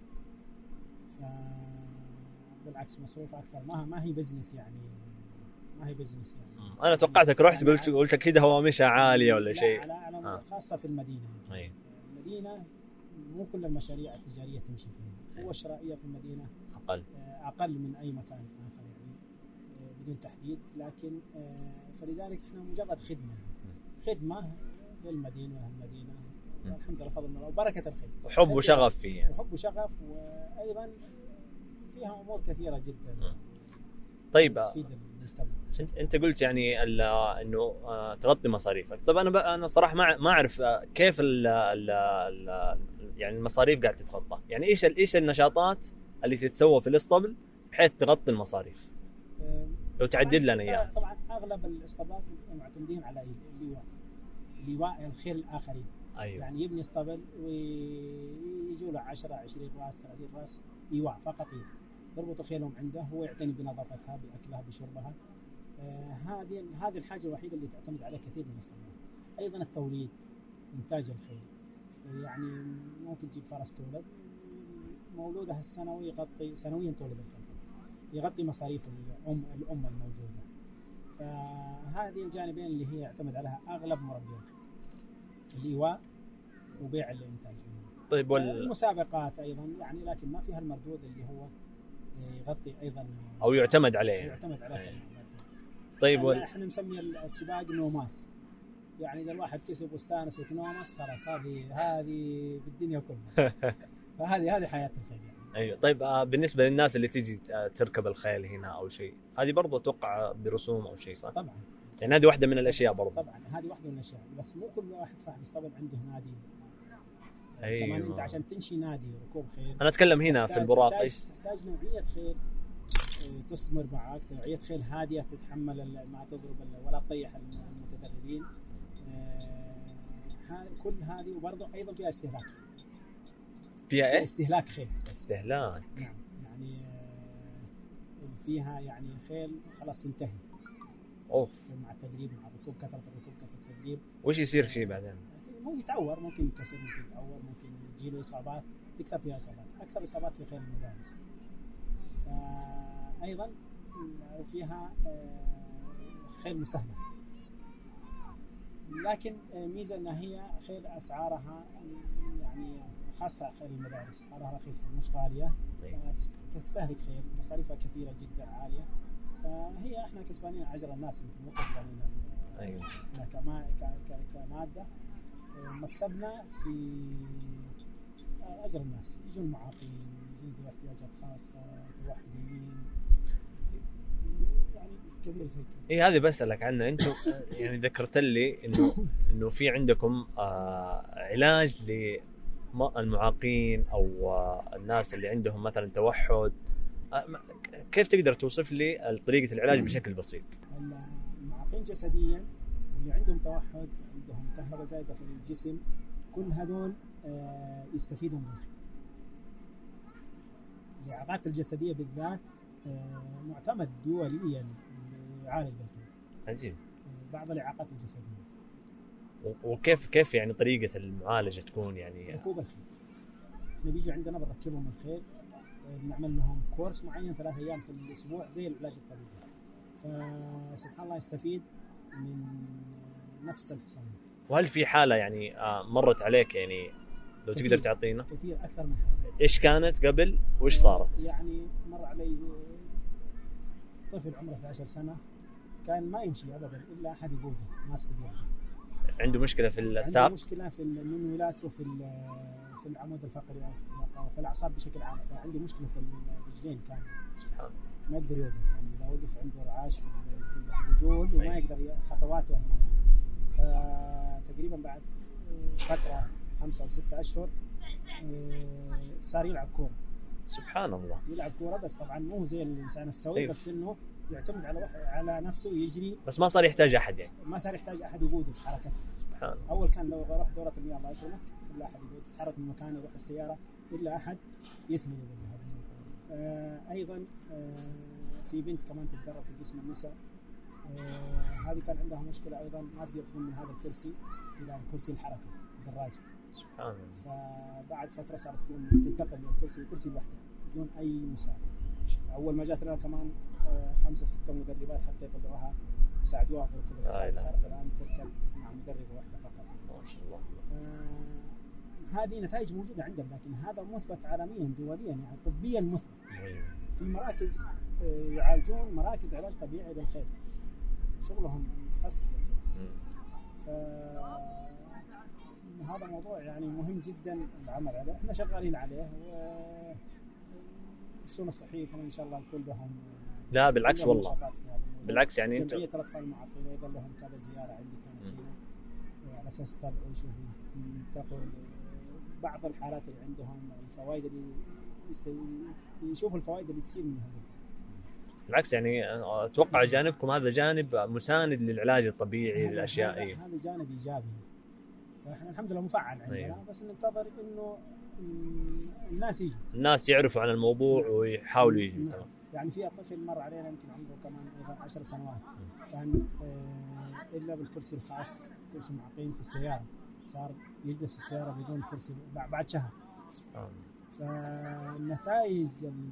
بالعكس مصروف أكثر، ما ما هي بزنس يعني ما هي بزنس يعني. أنا توقعتك رحت يعني قلت قلت أكيد هوامشها عالية ولا شيء. لا لا, لا آه. خاصة في المدينة. أي. المدينة مو كل المشاريع التجارية تمشي فيها، والشرائية في المدينة أقل أقل من أي مكان آخر يعني بدون تحديد. لكن فلذلك إحنا مجرد خدمة خدمة للمدينة والمدينة الحمد لله فضل الله وبركة الخير وحب وشغف فيه يعني. وحب وشغف، وأيضا فيها أمور كثيرة جدا. طيب تفيد المجتمع. أنت قلت يعني إنه تغطي مصاريفك. طب أنا أنا صراحة ما ما أعرف كيف ال ال يعني المصاريف قاعد تتغطى. يعني إيش إيش النشاطات اللي تتسوى في الاسطبل بحيث تغطي المصاريف؟ لو تعدد لنا اياها. طبعا اغلب الاسطبلات معتمدين على اللواء اللواء الخيل الاخرين. أيوة. يعني يبني اسطبل ويجوا له عشرة عشرين راس ثلاثين راس ايواء فقط، يربطوا خيلهم عنده، هو يعتني بنظافتها باكلها بشربها. آه هذه هذه الحاجه الوحيده اللي تعتمد عليها كثير من الاسطبلات. ايضا التوليد، انتاج الخيل، يعني ممكن تجيب فرس تولد مولودها السنوي يغطي سنويا تولد الخلف، يغطي مصاريف الأم الأم الموجودة. فهذه الجانبين اللي هي يعتمد عليها أغلب مربي الخيل، الإيواء وبيع الإنتاج. طيب وال... المسابقات أيضا يعني، لكن ما فيها المردود اللي هو يغطي أيضا أو يعتمد عليه يعني. يعتمد عليه يعني. طيب وال... احنا نسمي السباق نوماس، يعني إذا الواحد كسب واستانس وتنومس خلاص هذه هذه بالدنيا كلها. فهذه هذه حياة الخيل يعني. ايوه. طيب آه بالنسبه للناس اللي تيجي تركب الخيل هنا او شيء، هذه برضه اتوقع برسوم او شيء صح؟ طبعا. يعني هذه واحده من الاشياء برضه. طبعا هذه واحده من الاشياء، بس مو كل واحد صاحب اسطبل عنده نادي. أيوة. كمان انت عشان تنشي نادي ركوب خيل، انا اتكلم هنا في البراقش، تحتاج نوعيه خيل تصمر معك، نوعيه خيل هاديه تتحمل ما تضرب ولا تطيح المتدربين. آه كل هذه وبرضه ايضا فيها استهلاك. فيها ايه؟ استهلاك خيل. استهلاك. نعم يعني فيها يعني خيل خلاص تنتهي. اوف. مع التدريب، مع الركوب، كثره الركوب، كثره التدريب. وش يصير فيه بعدين؟ مو يتعور، ممكن ينكسر، ممكن يتعور، ممكن يجيله اصابات، تكثر فيها اصابات، اكثر اصابات في خيل المدارس. فايضا فيها خيل مستهلك، لكن ميزه انها هي خيل اسعارها يعني خاصه خيل المدارس اسعارها رخيصه مش غاليه، فتستهلك خيل مصاريفها كثيره جدا عاليه. فهي احنا كسبانين اجر الناس، يمكن مو كسبانين ايوه احنا كما كماده. مكسبنا في اجر الناس، يجون معاقين، يجون ذوي احتياجات خاصه، توحديين، يعني كثير زي كذا. اي هذه بسألك عنها. انتم يعني ذكرت لي انه انه في عندكم آه علاج للمعاقين او آه الناس اللي عندهم مثلا توحد. آه كيف تقدر توصف لي طريقه العلاج بشكل بسيط؟ المعاقين جسديا واللي عندهم توحد، عندهم كهرباء زايده في الجسم، كل هذول آه يستفيدوا من الخيل. الاعاقات الجسديه بالذات آه معتمد دوليا يعالج بالخيل. عجيب. بعض الاعاقات الجسديه. وكيف كيف يعني طريقه المعالجه تكون يعني؟ ركوب الخيل. احنا بيجي عندنا بنركبهم الخيل، بنعمل لهم كورس معين ثلاث ايام في الاسبوع زي العلاج الطبيعي. فسبحان الله يستفيد من نفس الحصان. وهل في حاله يعني مرت عليك يعني لو كثير تقدر تعطينا؟ كثير اكثر من حاله. ايش كانت قبل وايش صارت؟ يعني مر علي طفل عمره احد عشر سنه كان ما يمشي ابدا الا احد يقوده ماسك بيده. عنده مشكله في الساق؟ عنده مشكله في من ولاده في في العمود الفقري في الاعصاب بشكل عام، فعنده مشكله في الرجلين كان. سبحان الله. ما يقدر يوقف، يعني اذا وقف عنده رعاش في الرجول وما يقدر خطواته. فتقريبا بعد فتره خمسة او ستة اشهر صار يلعب كوره. سبحان الله. يلعب كوره بس طبعا مو زي الانسان السوي. أيوه. بس انه يعتمد على على نفسه ويجري، بس ما صار يحتاج احد يعني. ما صار يحتاج احد يقوده في حركته. سبحان الله. اول كان لو راح دوره المياه الله يكرمك الا احد يقود، يتحرك من مكانه يروح السياره الا احد يسنده بهذا. آه ايضا آه في بنت كمان تتدرب في قسم النساء، آه هذه كان عندها مشكله ايضا، ما تقدر تقوم من هذا الكرسي الى كرسي الحركه الدراجه. سبحان الله. فبعد فتره صارت تقوم تنتقل من الكرسي لكرسي لوحدها بدون اي مساعده. اول ما جات لنا كمان آه خمسه سته مدربات حتى يطلعوها يساعدوها في ركوب الحصان. صارت الان تركب مع مدربه واحده فقط. ما شاء الله. هذه نتائج موجوده عندنا، لكن هذا مثبت عالميا دوليا، يعني طبيا مثبت. في مراكز يعالجون، مراكز علاج طبيعي بالخيل، شغلهم متخصص بالخيل. فهذا موضوع يعني مهم جدا العمل عليه، احنا شغالين عليه. والشؤون الصحيه كمان ان شاء الله يكون لهم. لا بالعكس والله، بالعكس يعني انت جمعيه الاطفال المعاقين ايضا لهم كذا زياره عندي كانت هنا على اساس يطلعوا يشوفوا ينتقل بعض الحالات اللي عندهم، الفوائد اللي يشوفوا الفوائد اللي تصير من هذا. بالعكس يعني اتوقع جانبكم هذا جانب مساند للعلاج الطبيعي للاشياء. هذا, هذا جانب ايجابي، فاحنا الحمد لله مفعل عندنا. أيوه. بس ننتظر انه الناس يجوا، الناس يعرفوا عن الموضوع ويحاولوا يجوا. تمام. يعني في طفل مر علينا يمكن عمره كمان ايضا عشر سنوات، كان آه الا بالكرسي الخاص، كرسي معاقين في السياره، صار يجلس في السيارة بدون كرسي بعد شهر. آه. فالنتائج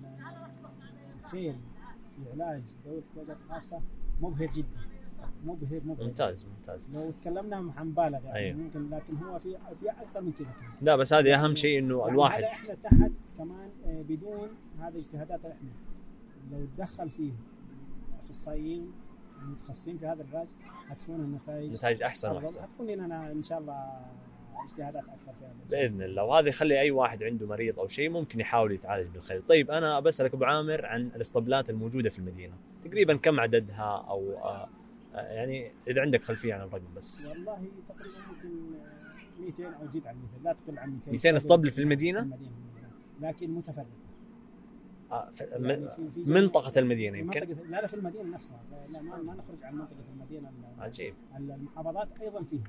الخيل في علاج ذوي الاحتياجات الخاصة مبهر جدا، مبهر مبهر. ممتاز ممتاز. لو تكلمنا حنبالغ يعني أيوه. ممكن، لكن هو في في أكثر من كذا كمان. لا بس هذه أهم شيء إنه يعني الواحد هذا إحنا تحت كمان بدون هذه الاجتهادات إحنا لو تدخل فيه أخصائيين المتخصصين في هذا العلاج حتكون النتائج نتائج أحسن وأحسن. حتكون لنا إن شاء الله اجتهادات أكثر في هذا بإذن الله، وهذا يخلي أي واحد عنده مريض أو شيء ممكن يحاول يتعالج بالخيل. طيب أنا بسألك أبو عامر عن الاسطبلات الموجودة في المدينة، تقريبا كم عددها، أو آه يعني إذا عندك خلفية عن الرقم بس. والله تقريبا ممكن مئتين أو تزيد عن مئتين، لا تقل عن مئتين. مئتين اسطبل في المدينة؟ في المدينة لكن متفرقة. آه يعني في في منطقة المدينة يمكن؟ منطقة لا لا في المدينة نفسها، لا ما, ما نخرج عن منطقة المدينة. عجيب. المحافظات أيضا فيها،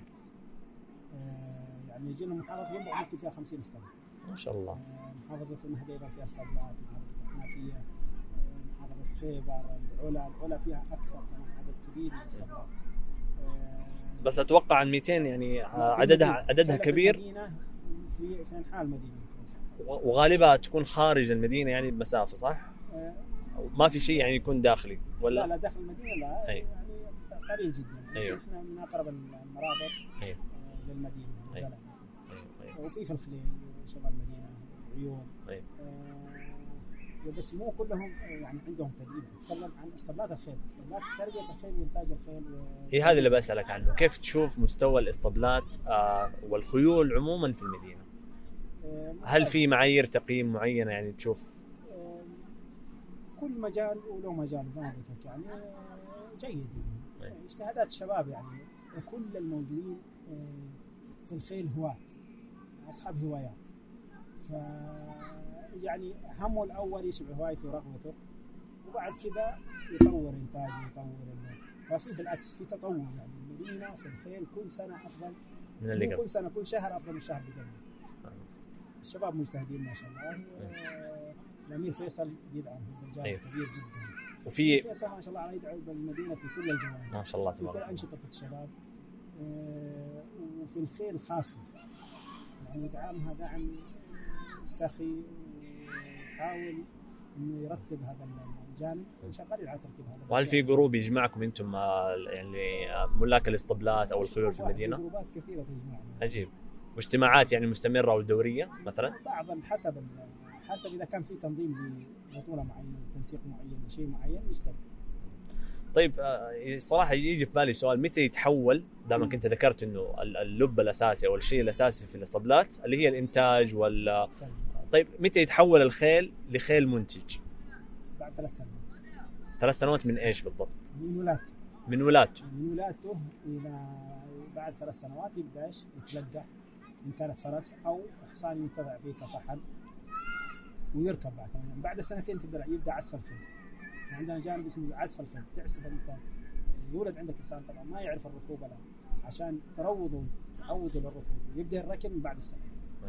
آه يعني يجينا محافظة ينبع ممكن فيها خمسين اسطبل. ما شاء الله. آه محافظة المهدي أيضا فيها اسطبلات، محافظة الحناكية، آه محافظة خيبر، العلا، العلا فيها أكثر كمان عدد كبير من الاسطبلات. آه بس أتوقع عن مئتين يعني عددها عددها كبير. في في أنحاء المدينة، وغالبا تكون خارج المدينة يعني بمسافة، صح؟ آه ما في شيء يعني يكون داخلي ولا؟ لا لا داخل المدينة لا. أيوه. يعني قليل جدا. أيوه. احنا من أقرب المرابط. أيوه. آه للمدينة. أيوه. أيوه. أيوه. وفي في الخليل شمال المدينة العيون. أيوه. آه بس مو كلهم يعني عندهم تدريب. نتكلم عن اسطبلات الخيل، اسطبلات تربية الخيل وإنتاج الخيل. و... هي هذا اللي بسألك عنه، كيف تشوف مستوى الاسطبلات آه والخيول عموما في المدينة؟ آه هل في معايير تقييم معينة يعني تشوف؟ آه كل مجال وله مجال زي ما قلت لك يعني جيد يعني. اجتهادات شباب يعني كل الموجودين آه في الخيل هواة، أصحاب هوايات. ف يعني همه الأول يشبع هوايته ورغبته، وبعد كذا يطور إنتاجه يطور. ففي بالعكس في تطور يعني المدينة في الخيل كل سنة أفضل من اللي قبل. كل سنة كل شهر أفضل من الشهر اللي قبله. الشباب مجتهدين ما شاء الله. الأمير فيصل يدعم هذا الجانب أيوه. كبير جدا. وفي فيصل ما شاء الله عليه يدعم المدينة في كل الجوانب ما شاء الله في كل أنشطة الشباب، وفي الخيل خاصة يعني يدعمها دعم سخي، ويحاول انه يرتب هذا الجانب وشغالين على ترتيب هذا. وهل في جروب يجمعكم انتم يعني ملاك الاسطبلات او الخيول في المدينه؟ جروبات كثيره تجمعنا. عجيب. واجتماعات يعني مستمره او دوريه مثلا؟ بعضا حسب حسب اذا كان في تنظيم لبطوله معينه وتنسيق معين لشيء معين نجتمع. طيب صراحه يجي في بالي سؤال، متى يتحول دائما كنت ذكرت انه اللب الاساسي او الشيء الاساسي في الاسطبلات اللي هي الانتاج ولا طيب متى يتحول الخيل لخيل منتج؟ بعد ثلاث سنوات. ثلاث سنوات من ايش بالضبط؟ من ولادته. من ولادته. من ولادته الى بعد ثلاث سنوات يبدا ايش؟ يتلقح ان كانت فرس او حصان ينتفع فيه كفحل ويركب بعد كمان. بعد سنتين تبدا يبدا عزف الخيل. عندنا جانب اسمه عزف الخيل، تعزف انت يولد عندك انسان طبعا ما يعرف الركوب ولا عشان تروضه تعوده للركوب يبدا الركب من بعد السنتين.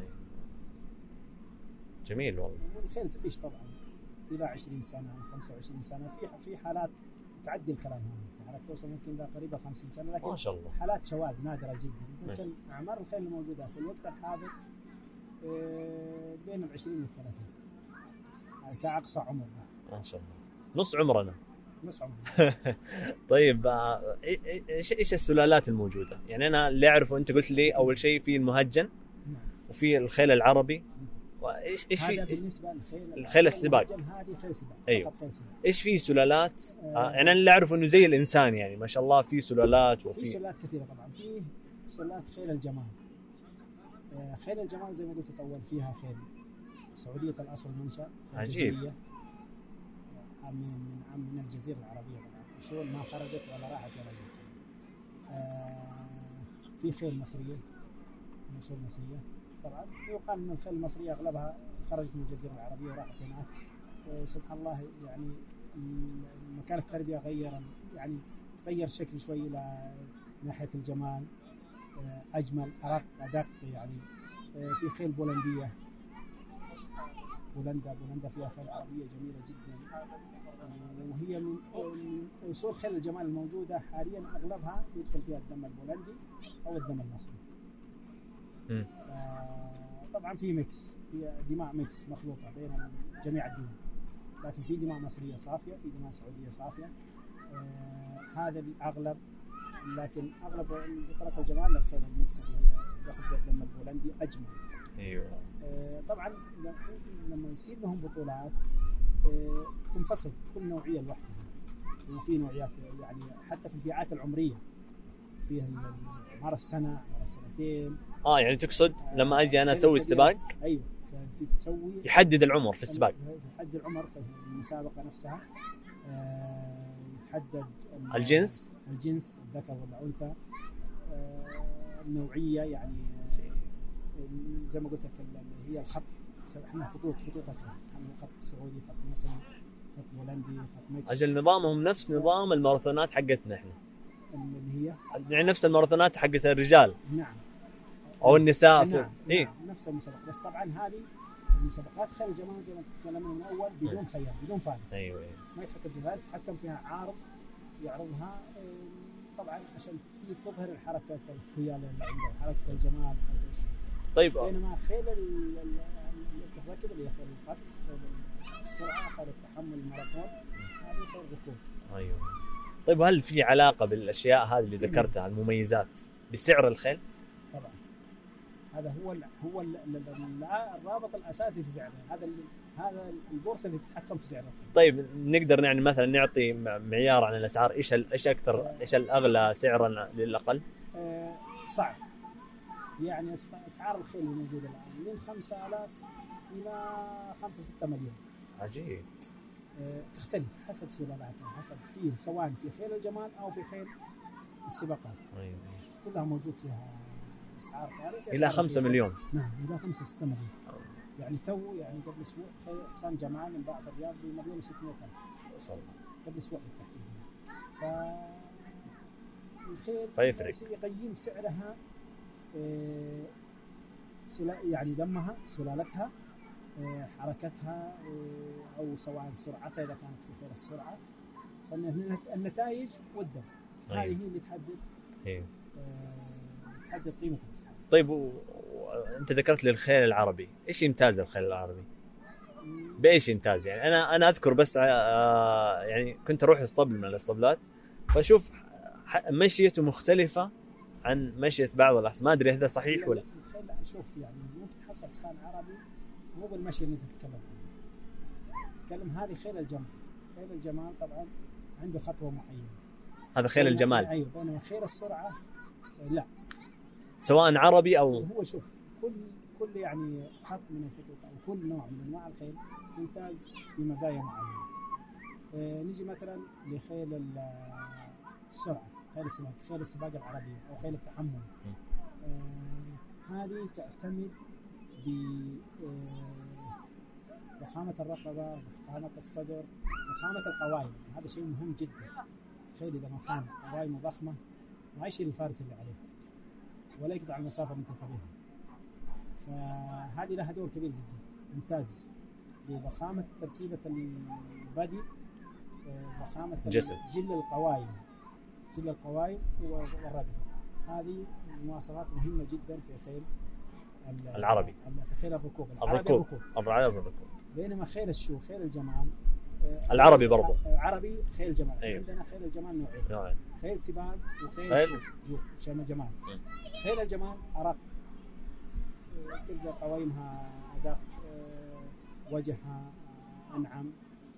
جميل والله. والخيل تعيش طبعا الى عشرين سنه خمسة وعشرين سنه، في في حالات تعدي الكلام هذا، حالات توصل ممكن لقريبه خمسين سنه، لكن ما شاء الله حالات شواذ نادره جدا. لكن اعمار الخيل الموجوده في الوقت الحاضر بين العشرين والثلاثين يعني كاقصى عمر. ما شاء الله نص عمرنا. نص عمرنا. طيب ايش ايش السلالات الموجوده؟ يعني انا اللي اعرفه انت قلت لي اول شيء في المهجن وفي الخيل العربي، وايش ايش في بالنسبه للخيل الخيل السباق؟ هذه خيل سباق. ايوه. خيل سباق. ايش في سلالات؟ آه يعني انا اللي اعرفه انه زي الانسان يعني ما شاء الله في سلالات وفي في سلالات كثيره طبعا. في سلالات خيل الجمال. آه خيل الجمال زي ما قلت اول فيها خيل سعوديه الاصل منشا. عجيب. من من عم من الجزيره العربيه طبعا، اصول ما خرجت ولا راحت ولا جت. آه في خيل مصريه من اصول مصريه طبعا، يقال ان الخيل المصريه اغلبها خرجت من الجزيره العربيه وراحت هناك. آه سبحان الله يعني مكان التربيه غير يعني تغير شكل شوي الى ناحيه الجمال، آه اجمل ارق ادق يعني. آه في خيل بولنديه، بولندا بولندا فيها خيل عربيه جميله جدا، وهي من من اصول خيل الجمال الموجوده حاليا اغلبها يدخل فيها الدم البولندي او الدم المصري. طبعا في ميكس، في دماء ميكس مخلوطه بين جميع الدماء، لكن في دماء مصريه صافيه، في دماء سعوديه صافيه. آه هذا الاغلب، لكن اغلب بطولات الجمال للخيل الميكس اللي هي ياخذ فيها الدم البولندي اجمل. ايوه. آه طبعا لما يصير لهم بطولات آه تنفصل كل نوعيه لوحدها، وفي نوعيات يعني حتى في الفئات العمريه فيها مره السنه مره السنتين. اه يعني تقصد لما اجي انا اسوي السباق؟ ايوه، في تسوي يحدد العمر في السباق، يحدد العمر في المسابقه نفسها. آه يتحدد الجنس الجنس الذكر ولا انثى، آه النوعيه يعني زي ما قلت لك اللي هي الخط، احنا خطوط خطوط الخط، خط سعودي، خط مصري، خط هولندي، خط ميكس. اجل نظامهم نفس نظام الماراثونات حقتنا احنا، اللي هي يعني نفس الماراثونات حقت الرجال. نعم. او النساء. نعم. في ايه نعم. نفس المسابقات، بس طبعا هذه المسابقات خيل الجمال زي ما تكلمنا من اول بدون خيال، بدون فارس. ايوه ايوه. ما يتحكم في فارس، يتحكم فيها عارض يعرضها طبعا عشان تظهر الحركه الخيال اللي عنده، حركه الجمال، حركه الشيء. طيب بينما خيل الركب اللي هي خيل القفز، خيل السرعه، خيل التحمل الماراثون، هذه خيل الركوب. ايوه. طيب هل في علاقه بالاشياء هذه اللي ذكرتها المميزات بسعر الخيل؟ طبعا هذا هو ال هو ال الرابط الاساسي في سعره، هذا هذا البورصه اللي تتحكم في سعره. طيب نقدر يعني مثلا نعطي معيار عن الاسعار، ايش ايش اكثر، ايش الاغلى سعرا للاقل؟ آه صعب يعني. اسعار الخيل الموجوده الان من خمسة آلاف الى خمسة ستة مليون. عجيب. آه تختلف حسب سلالاتها، حسب فيه سواء في خيل الجمال او في خيل السباقات. ايوه كلها موجود فيها اسعار عاليه الى خمسة مليون. نعم الى خمسة ستة مليون. أوه. يعني تو يعني قبل اسبوع حصان جمال انباع في الرياض بمليون وستمائة ألف قبل اسبوع بالتحديد. ف الخيل فيفرق يقيم سعرها آه سلا يعني دمها، سلالتها، آه حركتها، آه او سواء سرعتها اذا كانت في خيل السرعه. فالنتائج والدم هذه هي اللي تحدد ايوه آه تحدد قيمه الاسعار. طيب و... انت ذكرت لي الخيل العربي، ايش يمتاز الخيل العربي؟ بايش يمتاز؟ يعني انا انا اذكر بس آه يعني كنت اروح اسطبل من الاسطبلات فاشوف مشيته مختلفه عن مشيه بعض الاحصان، ما ادري هذا صحيح ولا؟ الخيل شوف يعني ممكن تحصل حصان عربي مو بالمشي اللي انت تتكلم عنه. تتكلم هذه خيل الجمال، خيل الجمال طبعا عنده خطوه معينه، هذا خيل الجمال. ايوه. بينما خيل السرعه لا، سواء عربي او هو شوف كل كل يعني خط من الخطوط او كل نوع من انواع الخيل يمتاز بمزايا معينه. آه نيجي مثلا لخيل السرعه، خيل السباق، خيل السباق العربيه او خيل التحمل. آه هذه تعتمد ب ضخامه الرقبه، ضخامه الصدر، ضخامه القوائم. هذا شيء مهم جدا. خيل اذا ما كان قوائمه ضخمه ما يشيل الفارس اللي عليه ولا يقطع المسافه اللي انت تبيها. فهذه لها دور كبير جدا. ممتاز بضخامه تركيبه البادي، ضخامه الجسد، جل القوائم، جل القوائم والرقبه. هذه مواصفات مهمه جدا في خيل العربي، في خيل الركوب. الركوب العربي الركوب. بينما خيل الشو، خيل الجمال العربي برضه عربي خيل جمال. أيوه. عندنا خيل الجمال نوعين، نوعين. خيل سباق وخيل خيل شو شو جمال. م. خيل الجمال أرق، تلقى قوائمها أدق، وجهها أنعم.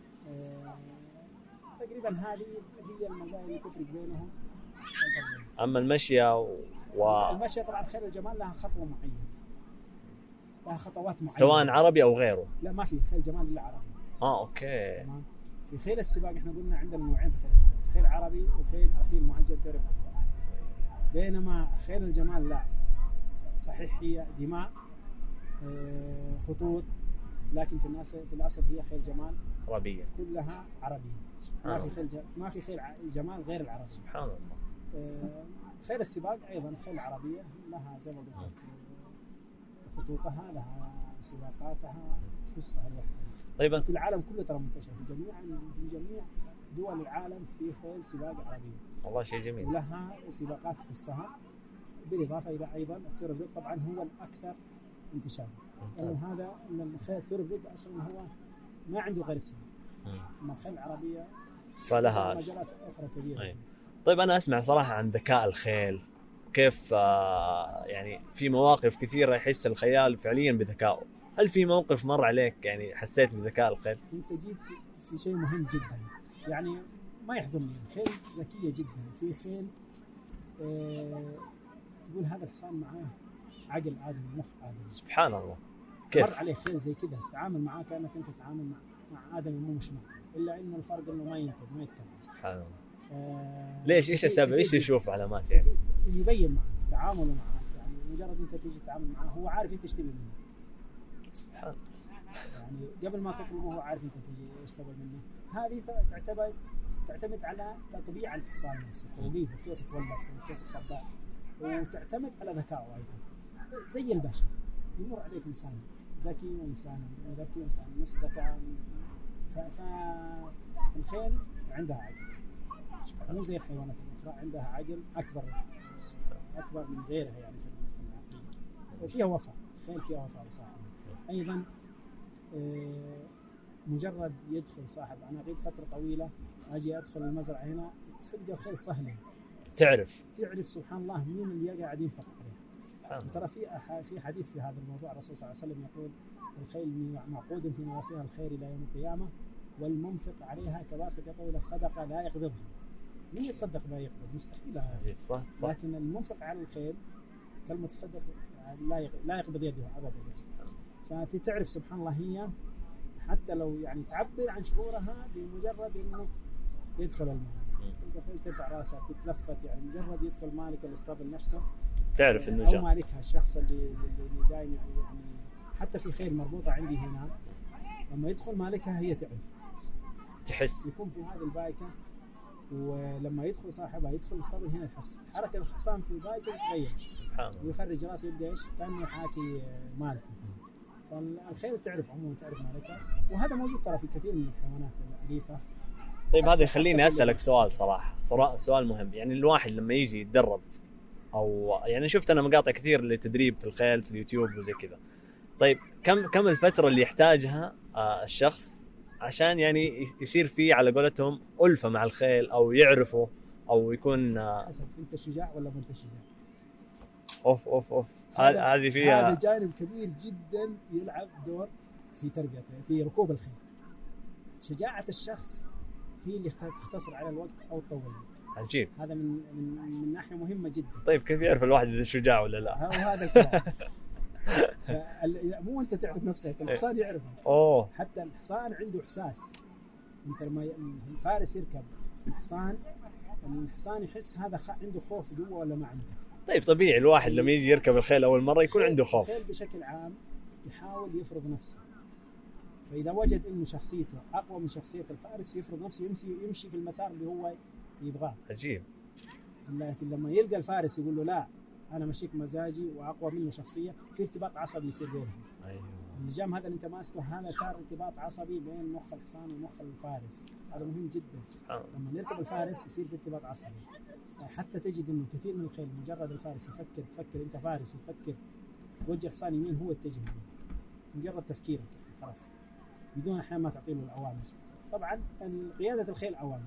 تقريبا هذه هي المزايا اللي تفرق بينهم. أما المشية و... المشية طبعا خيل الجمال لها خطوة معينة، لها خطوات معينة سواء عربي أو غيره. لا ما في خيل جمال إلا عربي. اه اوكي. تمام. في خيل السباق احنا قلنا عندنا نوعين في خيل السباق، خيل عربي وخيل اصيل معجل تربه. بينما خيل الجمال لا، صحيح هي دماء خطوط، لكن في الناس في الاصل هي خيل جمال عربيه، كلها عربيه. ما في خيل ما في خيل جمال غير العربي. سبحان الله. خيل السباق ايضا خيل عربيه لها زي ما قلت خطوطها، لها سباقاتها تخصها لوحدها. طيب في العالم كله ترى منتشر في جميع في جميع دول العالم في خيل سباق عربيه. والله شيء جميل. ولها سباقات تخصها بالاضافه الى ايضا الثيروبريد طبعا هو الاكثر انتشارا، لانه هذا ان الخيل الثيروبريد اصلا هو ما عنده غير السنه. اما الخيل العربيه فلها مجالات اخرى كبيره. أي. طيب انا اسمع صراحه عن ذكاء الخيل، كيف آه يعني في مواقف كثيره يحس الخيال فعليا بذكائه. هل في موقف مر عليك يعني حسيت بذكاء الخيل؟ انت جيت في شيء مهم جدا، يعني ما يحضرني الخيل ذكيه جدا. في خيل آه تقول هذا الحصان معاه عقل آدم ومخ آدم. سبحان الله. كيف مر عليه خيل زي كذا تعامل معاه كأنك انت تتعامل مع مع آدم مو مش معه، الا انه الفرق انه ما ينتج ما يتكلم. سبحان الله. آه ليش ايش السبب؟ ايش يشوف علامات يعني؟ يبين معك تعامله معك، يعني مجرد انت تيجي تتعامل معاه هو عارف انت ايش تبي منه. سبحان الله. يعني قبل ما تطلبه هو عارف انت تجي ايش تبغى منه. هذه تعتمد تعتمد على طبيعه الحصان نفسه، توليفه كيف تولف وكيف تطبع، وتعتمد على ذكائه ايضا. زي البشر يمر عليك انسان ذكي وانسان وذكي وانسان نفس ذكاء. فالخيل عندها عقل مو زي الحيوانات الاخرى، عندها عقل اكبر اكبر من غيرها يعني في العقليه، وفيها وفاء. الخيل فيها وفاء لصاحبه ايضا. مجرد يدخل صاحب عناقيد فتره طويله، اجي ادخل المزرعه هنا تلقى الخيل سهلا تعرف تعرف سبحان الله مين اللي قاعد ينفق عليه. سبحان ترى في في حديث في هذا الموضوع الرسول صلى الله عليه وسلم يقول الخيل معقود في نواصيها الخير الى يوم القيامه، والمنفق عليها كباسط يده الى الصدقه لا يقبضها. مين يصدق ما يقبض؟ مستحيل هذا. صح صح. لكن المنفق على الخيل كلمه صدق لا لا يقبض يده ابدا. فتعرف سبحان الله هي حتى لو يعني تعبر عن شعورها بمجرد انه يدخل المال، الخيل ترفع راسها تتلفت، يعني مجرد يدخل مالك الاسطبل نفسه تعرف انه جاء او مالكها الشخص اللي اللي دائما يعني. حتى في خيل مربوطه عندي هنا لما يدخل مالكها هي تعرف تحس يكون في هذه البايكه، ولما يدخل صاحبها يدخل الاسطبل هنا يحس حركه الحصان في البايكه تتغير سبحان الله، ويخرج راسه يبدا ايش كانه يحاكي مالكه. فالخيل تعرف عموما تعرف مالكها، وهذا موجود ترى في كثير من الحيوانات الأليفة. طيب هذا يخليني اسالك سؤال صراحه صراحه سؤال مهم. يعني الواحد لما يجي يتدرب، او يعني شفت انا مقاطع كثير لتدريب في الخيل في اليوتيوب وزي كذا، طيب كم كم الفتره اللي يحتاجها الشخص عشان يعني يصير فيه على قولتهم ألفة مع الخيل او يعرفه او يكون حسب انت شجاع ولا ما انت شجاع. اوف اوف اوف هذه فيها هذا جانب كبير جدا يلعب دور في تربيته في ركوب الخيل. شجاعة الشخص هي اللي تختصر على الوقت او تطول الوقت. عجيب. هذا من من من ناحية مهمة جدا. طيب كيف يعرف الواحد اذا شجاع ولا لا؟ هذا الكلام. مو انت تعرف نفسك، الحصان يعرفك. اوه حتى الحصان عنده احساس. انت لما الفارس يركب الحصان، الحصان يحس هذا عنده خوف جوا ولا ما عنده. طيب طبيعي الواحد لما يجي يركب الخيل اول مره يكون عنده خوف. الخيل بشكل عام يحاول يفرض نفسه، فاذا وجد انه شخصيته اقوى من شخصيه الفارس يفرض نفسه يمشي يمشي في المسار اللي هو يبغاه. عجيب. لكن لما يلقى الفارس يقول له لا انا مشيك مزاجي واقوى منه شخصيه، في ارتباط عصبي يصير بينهم. ايوه. اللجام هذا اللي انت ماسكه هذا صار ارتباط عصبي بين مخ الحصان ومخ الفارس، هذا مهم جدا. سبحان الله. لما نركب الفارس يصير في ارتباط عصبي، حتى تجد انه كثير من الخيل مجرد الفارس يفكر تفكر انت فارس وتفكر توجه حصان يمين هو يتجه يمين، مجرد تفكيرك خلاص بدون احيانا ما تعطي له الاوامر. طبعا قياده الخيل اوامر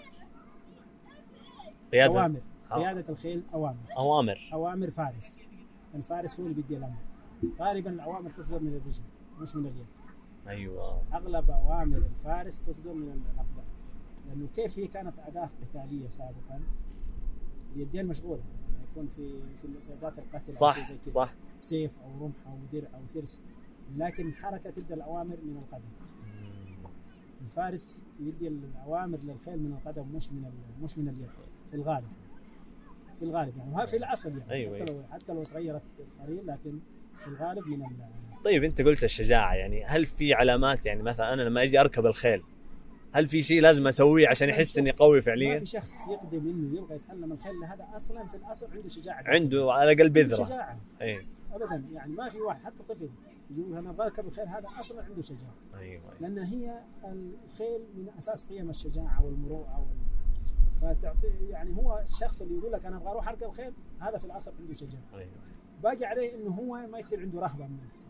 قيادة اوامر قياده الخيل اوامر اوامر اوامر فارس. الفارس هو اللي بيدي الامر. غالبا الاوامر تصدر من الرجل مش من اليد. ايوه. اغلب اوامر الفارس تصدر من الاقدام، لانه كيف هي كانت اداه قتاليه سابقا اليدين مشغوله، يعني يكون في في في اداه القتل صح زي كده صح سيف او رمح او درع او ترس، لكن الحركه تبدا الاوامر من القدم. الفارس يدي الاوامر للخيل من القدم مش من مش من اليد في الغالب في الغالب يعني، وهذا في الاصل يعني. أيوة. حتى لو حتى لو تغيرت قليل لكن في الغالب من ال... طيب انت قلت الشجاعه، يعني هل في علامات؟ يعني مثلا انا لما اجي اركب الخيل هل في شيء لازم اسويه عشان يحس اني قوي فعليا؟ ما في شخص يقدم انه يبغى يتعلم الخيل هذا اصلا في الاصل عنده شجاعه، عنده على الاقل بذره شجاعه. اي ابدا يعني ما في واحد حتى طفل يقول انا بركب الخيل هذا اصلا عنده شجاعه. ايوه. لان هي الخيل من اساس قيم الشجاعه والمروءه فتعطي يعني هو الشخص اللي يقول لك انا ابغى اروح اركب خيل هذا في الاصل عنده شجاعه. ايوه باقي عليه انه هو ما يصير عنده رهبه من الحصان.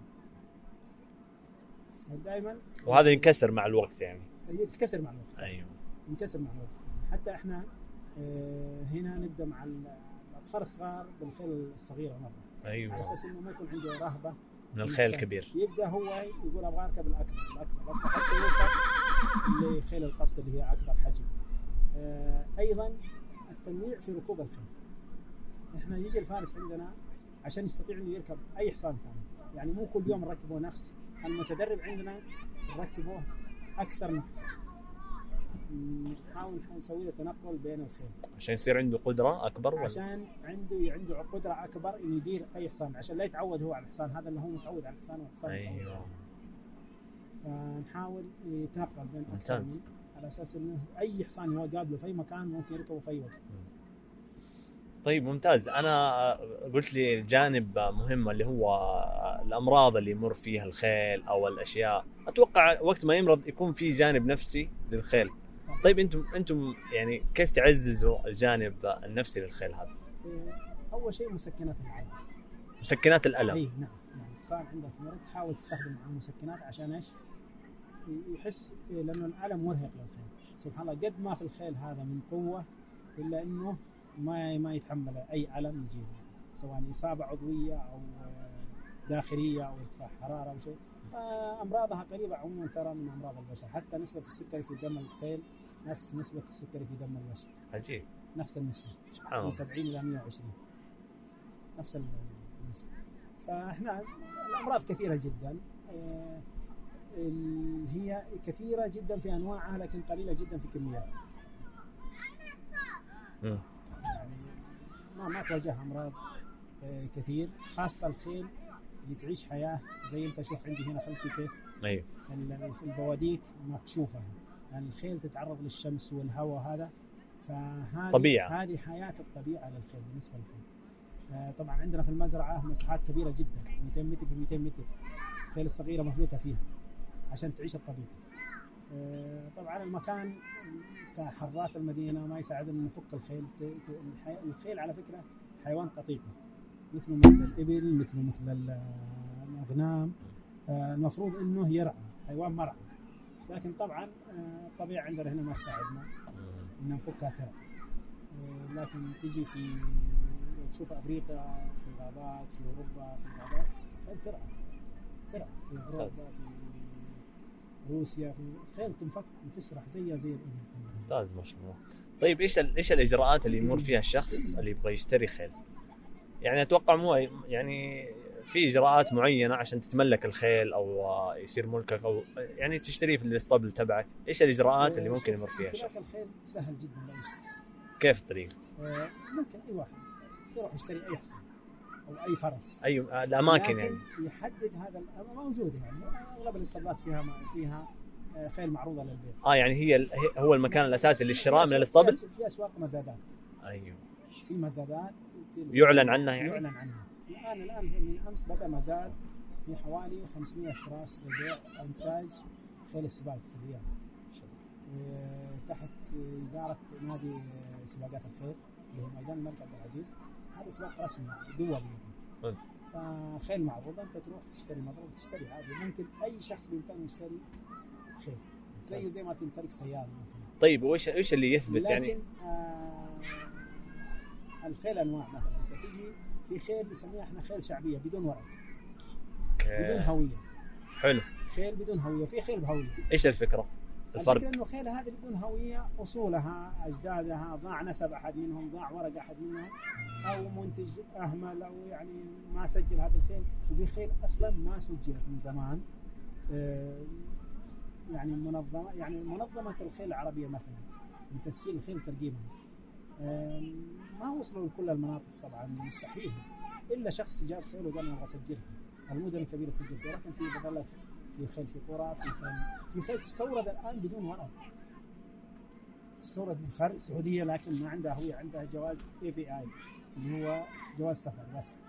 فدائما وهذا ينكسر مع الوقت يعني يتكسر مع الوقت. ايوه ينكسر مع الوقت. حتى احنا هنا نبدا مع الاطفال الصغار بالخيل الصغيره مره. ايوه على اساس انه ما يكون عنده رهبه من الخيل الكبير. يبدا هو يقول ابغى اركب الاكبر الاكبر الاكبر حتى يوصل لخيل القفص اللي هي اكبر حجم. ايضا التنويع في ركوب الخيل. احنا يجي الفارس عندنا عشان يستطيع انه يركب اي حصان ثاني، يعني مو كل يوم نركبه نفس المتدرب عندنا، نركبه اكثر من حصان. نحاول نسوي له تنقل بين الخيل عشان يصير عنده قدره اكبر ولا؟ عشان عنده عنده قدره اكبر انه يدير اي حصان، عشان لا يتعود هو على الحصان هذا اللي هو متعود على الحصان والحصان ايوه. فنحاول يتنقل بين اكثر من على اساس انه اي حصان هو قابله في اي مكان ممكن يركبه في اي وقت. طيب ممتاز. انا قلت لي جانب مهم اللي هو الامراض اللي يمر فيها الخيل او الاشياء، اتوقع وقت ما يمرض يكون في جانب نفسي للخيل. طيب انتم انتم يعني كيف تعززوا الجانب النفسي للخيل هذا؟ اول شيء مسكنات الالم. مسكنات الالم. اي نعم، يعني صار عندك مرض تحاول تستخدم معه مسكنات عشان ايش؟ يحس، لانه الالم مرهق للخيل. سبحان الله قد ما في الخيل هذا من قوه الا انه ما ما يتحمل اي الم يجيه، سواء اصابه عضويه او داخليه او ارتفاع حراره او شيء. امراضها قريبه عموما ترى من امراض البشر، حتى نسبه السكري في دم الخيل نفس نسبه السكري في دم البشر. عجيب. نفس النسبه، سبحان الله، من سبعين الى مئة وعشرين نفس النسبه. فاحنا الامراض كثيره جدا، هي كثيره جدا في انواعها لكن قليله جدا في كمياتها. يعني ما ما تواجه امراض كثير، خاصه الخيل اللي تعيش حياه زي انت شوف عندي هنا خلفي كيف. ايوه. البواديك مكشوفه، يعني الخيل تتعرض للشمس والهواء هذا، فهذه طبيعة. هذه حياه الطبيعه للخيل بالنسبه للخيل. آه طبعا عندنا في المزرعه مساحات كبيره جدا، مئتين متر في مئتين متر، الخيل الصغيره مفلوته فيها عشان تعيش الطبيعه. آه طبعا المكان كحرات المدينه ما يساعد ان نفك الخيل. الخيل على فكره حيوان قطيع، مثل مثل الإبل، مثل مثل الأغنام. المفروض إنه يرعى، حيوان مرعى، لكن طبعا الطبيعة عندنا هنا ما تساعدنا إن نفكها ترعى. لكن تجي في تشوف أفريقيا في الغابات، في أوروبا في الغابات خيل ترعى ترعى في أوروبا، في روسيا، في خيل تنفك وتسرح زيها زي الإبل. ممتاز ما شاء الله. طيب إيش ايش الإجراءات اللي يمر فيها الشخص اللي يبغى يشتري خيل؟ يعني اتوقع مو يعني في اجراءات معينه عشان تتملك الخيل او يصير ملكك او يعني تشتريه في الاسطبل تبعك. ايش الاجراءات اللي ممكن يمر فيها الشخص؟ الخيل سهل جدا لاي شخص. كيف الطريقه؟ آه ممكن اي واحد يروح يشتري اي حصان او اي فرس، اي الاماكن يعني يحدد هذا موجوده، يعني اغلب الاسطبلات فيها فيها خيل معروضه للبيع. اه يعني هي هو المكان الاساسي للشراء من الاسطبل. في اسواق مزادات. ايوه في مزادات يعلن عنها يعني؟ يعلن عنها. الآن الآن من أمس بدأ مزاد في حوالي خمسمئة راس لبيع إنتاج خيل السباق في الرياض، تحت إدارة نادي سباقات الخيل اللي هو ميدان الملك عبد العزيز. هذا سباق رسمي دولي يعني. فخيل معروضة، أنت تروح تشتري مضروب تشتري عادي، ممكن أي شخص بإمكانه يشتري خيل زي زي ما تمتلك سيارة مثلا. طيب وإيش إيش اللي يثبت لكن يعني؟ آه الخيل انواع، مثلا انت تيجي في خيل نسميها احنا خيل شعبيه بدون ورق، بدون هويه. حلو. خيل بدون هويه، وفي خيل بهويه. ايش الفكره؟ الفرق؟ الفكره انه خيل هذه بدون هويه اصولها اجدادها ضاع نسب احد منهم، ضاع ورق احد منهم، او منتج اهمل او يعني ما سجل هذا الخيل. وفي خيل اصلا ما سجلت من زمان، يعني منظمه يعني منظمه الخيل العربيه مثلا لتسجيل الخيل وترقيمها ما وصلوا لكل المناطق طبعا، مستحيل الا شخص جاب خيل وقال انا ابغى اسجلها. المدن الكبيره سجل فيها، لكن في بظلت في خيل في قرى، في خيل في خيل تستورد الان بدون ورق، تستورد من خارج السعوديه لكن ما عندها هويه، عندها جواز اي في اي اللي هو جواز سفر بس.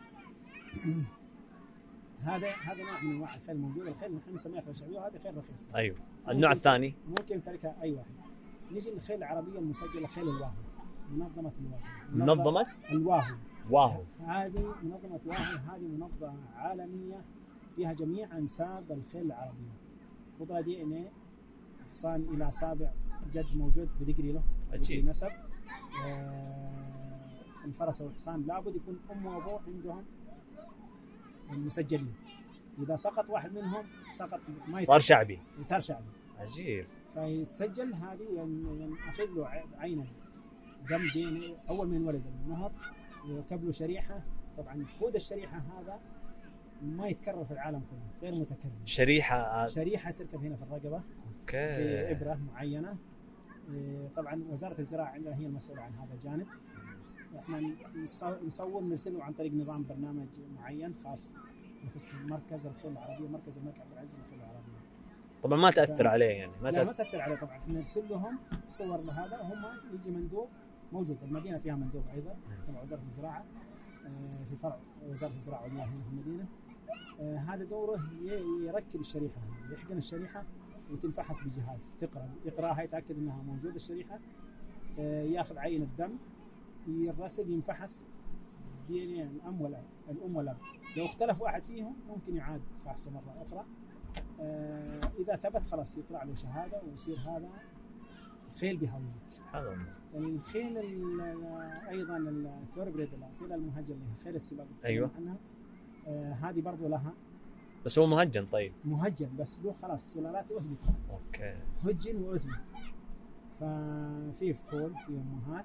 هذا هذا نوع من انواع الخيل موجود. الخيل نحن نسميها خيل شعبيه، وهذا خيل رخيص. ايوه. النوع الثاني ممكن يمتلكها اي واحد. نجي للخيل العربيه المسجله خيل الواهو، منظمه الواهو. منظمه الواهو واهو هذه منظمه واهو، هذه منظمه عالميه فيها جميع انساب الخيل العربيه. خضره دي ان ايه، حصان الى سابع جد موجود بدقري له، بدقري نسب. آه الفرس والحصان لابد يكون ام وابوه عندهم المسجلين. اذا سقط واحد منهم سقط ما صار شعبي، صار شعبي. عجيب. فيتسجل هذه ويأخذ له عينه دم ديني اول ما ينولد المهر، يركب له شريحه. طبعا كود الشريحه هذا ما يتكرر في العالم كله، غير متكرر. شريحه شريحه تركب هنا في الرقبه، اوكي، بابره معينه. طبعا وزاره الزراعه عندنا هي المسؤوله عن هذا الجانب. احنا نصور نرسله عن طريق نظام برنامج معين خاص يخص مركز الخيل العربيه، مركز الملك عبد العزيز للخيل العربيه. طبعا ما تاثر ف... عليه يعني ما لا ما تاثر عليه طبعا. احنا نرسل لهم صور لهذا، وهم يجي مندوب موجود. المدينه فيها مندوب ايضا تبع وزاره الزراعه، في فرع وزاره الزراعه والمياه هنا في المدينه. هذا دوره يركب الشريحه هذه، يحقن الشريحه وتنفحص بجهاز، تقرا يقراها يتاكد انها موجوده الشريحه، ياخذ عين الدم، يرسل ينفحص دي ان ايه الام ولا الام ولا لو اختلف واحد فيهم ممكن يعاد فحصه مره اخرى. آه اذا ثبت خلاص يطلع له شهاده ويصير هذا خيل بهويه. سبحان الله. الخيل ايضا الثوربريد الاصيله المهجن اللي هي خيل السباق ايوه عنها، آه هذه برضه لها، بس هو مهجن. طيب مهجن بس له خلاص سلالات اثبت. اوكي، هجن واثبت. ففي فحول في امهات،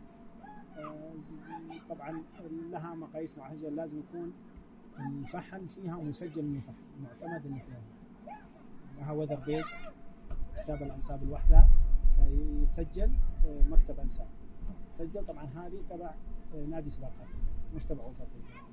طبعا لها مقاييس معينه، لازم يكون الفحل فيها مسجل انه فحل معتمد انه فيها لها وذر بيس، كتاب الانساب لوحدها، فيسجل مكتب انساب سجل. طبعا هذه تبع نادي سباقات مش تبع وزاره الزراعه،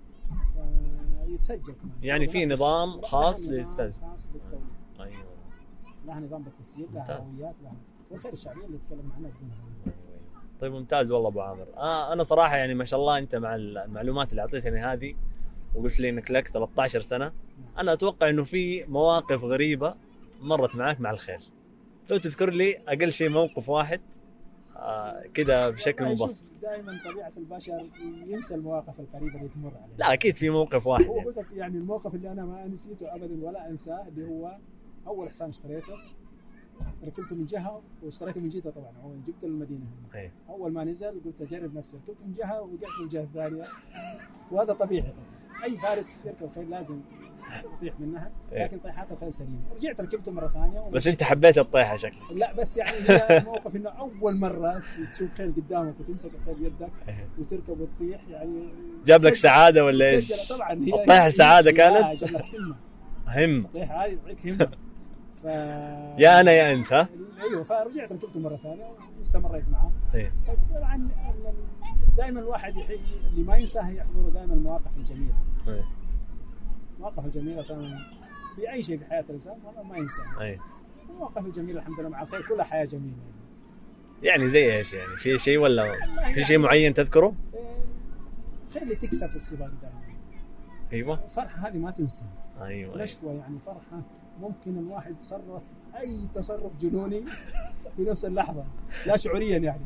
فيتسجل كمان. يعني في نظام خاص للتسجيل، خاص بالتوليد. ايوه لها نظام بالتسجيل، لها هويات، لها والخير الشعبيه اللي تكلمنا عنها بدون هويه. طيب ممتاز والله ابو عامر. آه انا صراحه يعني ما شاء الله انت مع المعلومات اللي اعطيتني هذه، وقلت لي انك لك ثلاثة عشر سنه، انا اتوقع انه في مواقف غريبه مرت معك مع الخيل. لو تذكر لي اقل شيء موقف واحد آه كده بشكل مبسط. دائما طبيعه البشر ينسى المواقف القريبه اللي تمر عليه. لا اكيد في موقف واحد. هو قلت لك يعني الموقف اللي انا ما نسيته ابدا ولا انساه، اللي هو اول حصان اشتريته، ركبته من جهه واشتريته من جهه. طبعا جبته للمدينه هنا. أيه. اول ما نزل قلت اجرب نفسي، ركبته من جهه ورجعت من الجهه الثانيه، وهذا طبيعي طبعا. اي فارس يركب خيل لازم يطيح منها، لكن طيحات الخيل سليمه. رجعت ركبته مره ثانيه. بس انت حبيت الطيحه شكلك. لا بس يعني هي موقف انه اول مره تشوف خيل قدامك وتمسك الخيل بيدك وتركب وتطيح، يعني جاب لك سعاده ولا ايش؟ طبعا هي الطيحه سعاده كانت. جاب لك همه. همه. الطيحه هذه تعطيك همه. ف يا انا يا انت. ها ايوه، فرجعت ركبته مره ثانيه واستمريت معاه. ايوه طبعا دائما الواحد يحيي اللي ما ينساه، يحضره دائما المواقف الجميله. ايوه المواقف الجميله طبعا في اي شيء في حياه الانسان والله ما ينساها. ايوه المواقف الجميله الحمد لله مع الخير كلها حياه جميله. يعني يعني زي ايش يعني؟ في شيء ولا في يعني شيء معين تذكره؟ خير اللي تكسب في السباق دائما. ايوه الفرحه هذه ما تنسى. ايوه نشوه يعني فرحه، ممكن الواحد يتصرف اي تصرف جنوني في نفس اللحظه لا شعوريا يعني.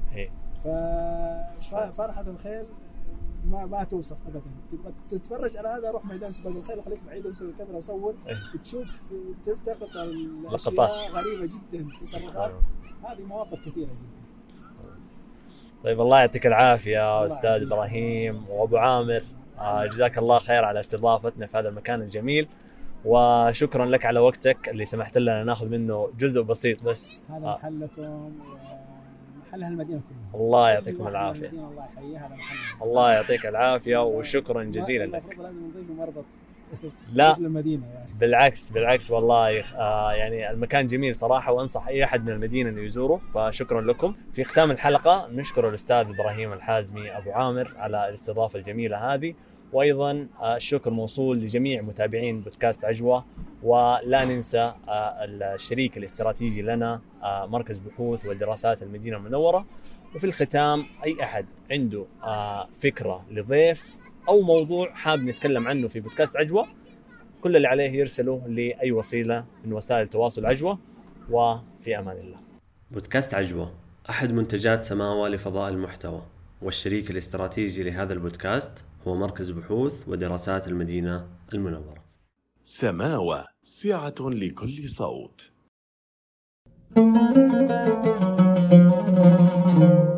ففرحه الخيل ما ما توصف ابدا. تبغى تتفرج على هذا، روح ميدان سباق الخيل وخليك بعيد وامسك الكاميرا وصور، تشوف تلتقط الاشياء غريبه جدا، تصرفات. هذه مواقف كثيره جدا. طيب الله يعطيك العافيه استاذ ابراهيم وابو عامر، آه جزاك الله خير على استضافتنا في هذا المكان الجميل، وشكرا لك على وقتك اللي سمحت لنا ناخذ منه جزء بسيط بس. هذا آه. محلكم، محل هالمدينه كلها. الله يعطيكم العافيه. الله يحييه. هذا محل. الله يعطيك العافيه وشكرا جزيلا لك. المفروض لازم نضيف مربط لا في المدينه يعني. بالعكس بالعكس والله آه يعني المكان جميل صراحه، وانصح اي احد من المدينه انه يزوره، فشكرا لكم. في ختام الحلقه نشكر الاستاذ ابراهيم الحازمي ابو عامر على الاستضافه الجميله هذه، وايضا الشكر موصول لجميع متابعين بودكاست عجوه، ولا ننسى الشريك الاستراتيجي لنا مركز بحوث ودراسات المدينه المنوره. وفي الختام اي احد عنده فكره لضيف او موضوع حاب نتكلم عنه في بودكاست عجوه، كل اللي عليه يرسله لاي وسيله من وسائل تواصل عجوه. وفي امان الله. بودكاست عجوه أحد منتجات سماوة لفضاء المحتوى، والشريك الاستراتيجي لهذا البودكاست هو مركز بحوث ودراسات المدينة المنورة. سماوة، سعة لكل صوت.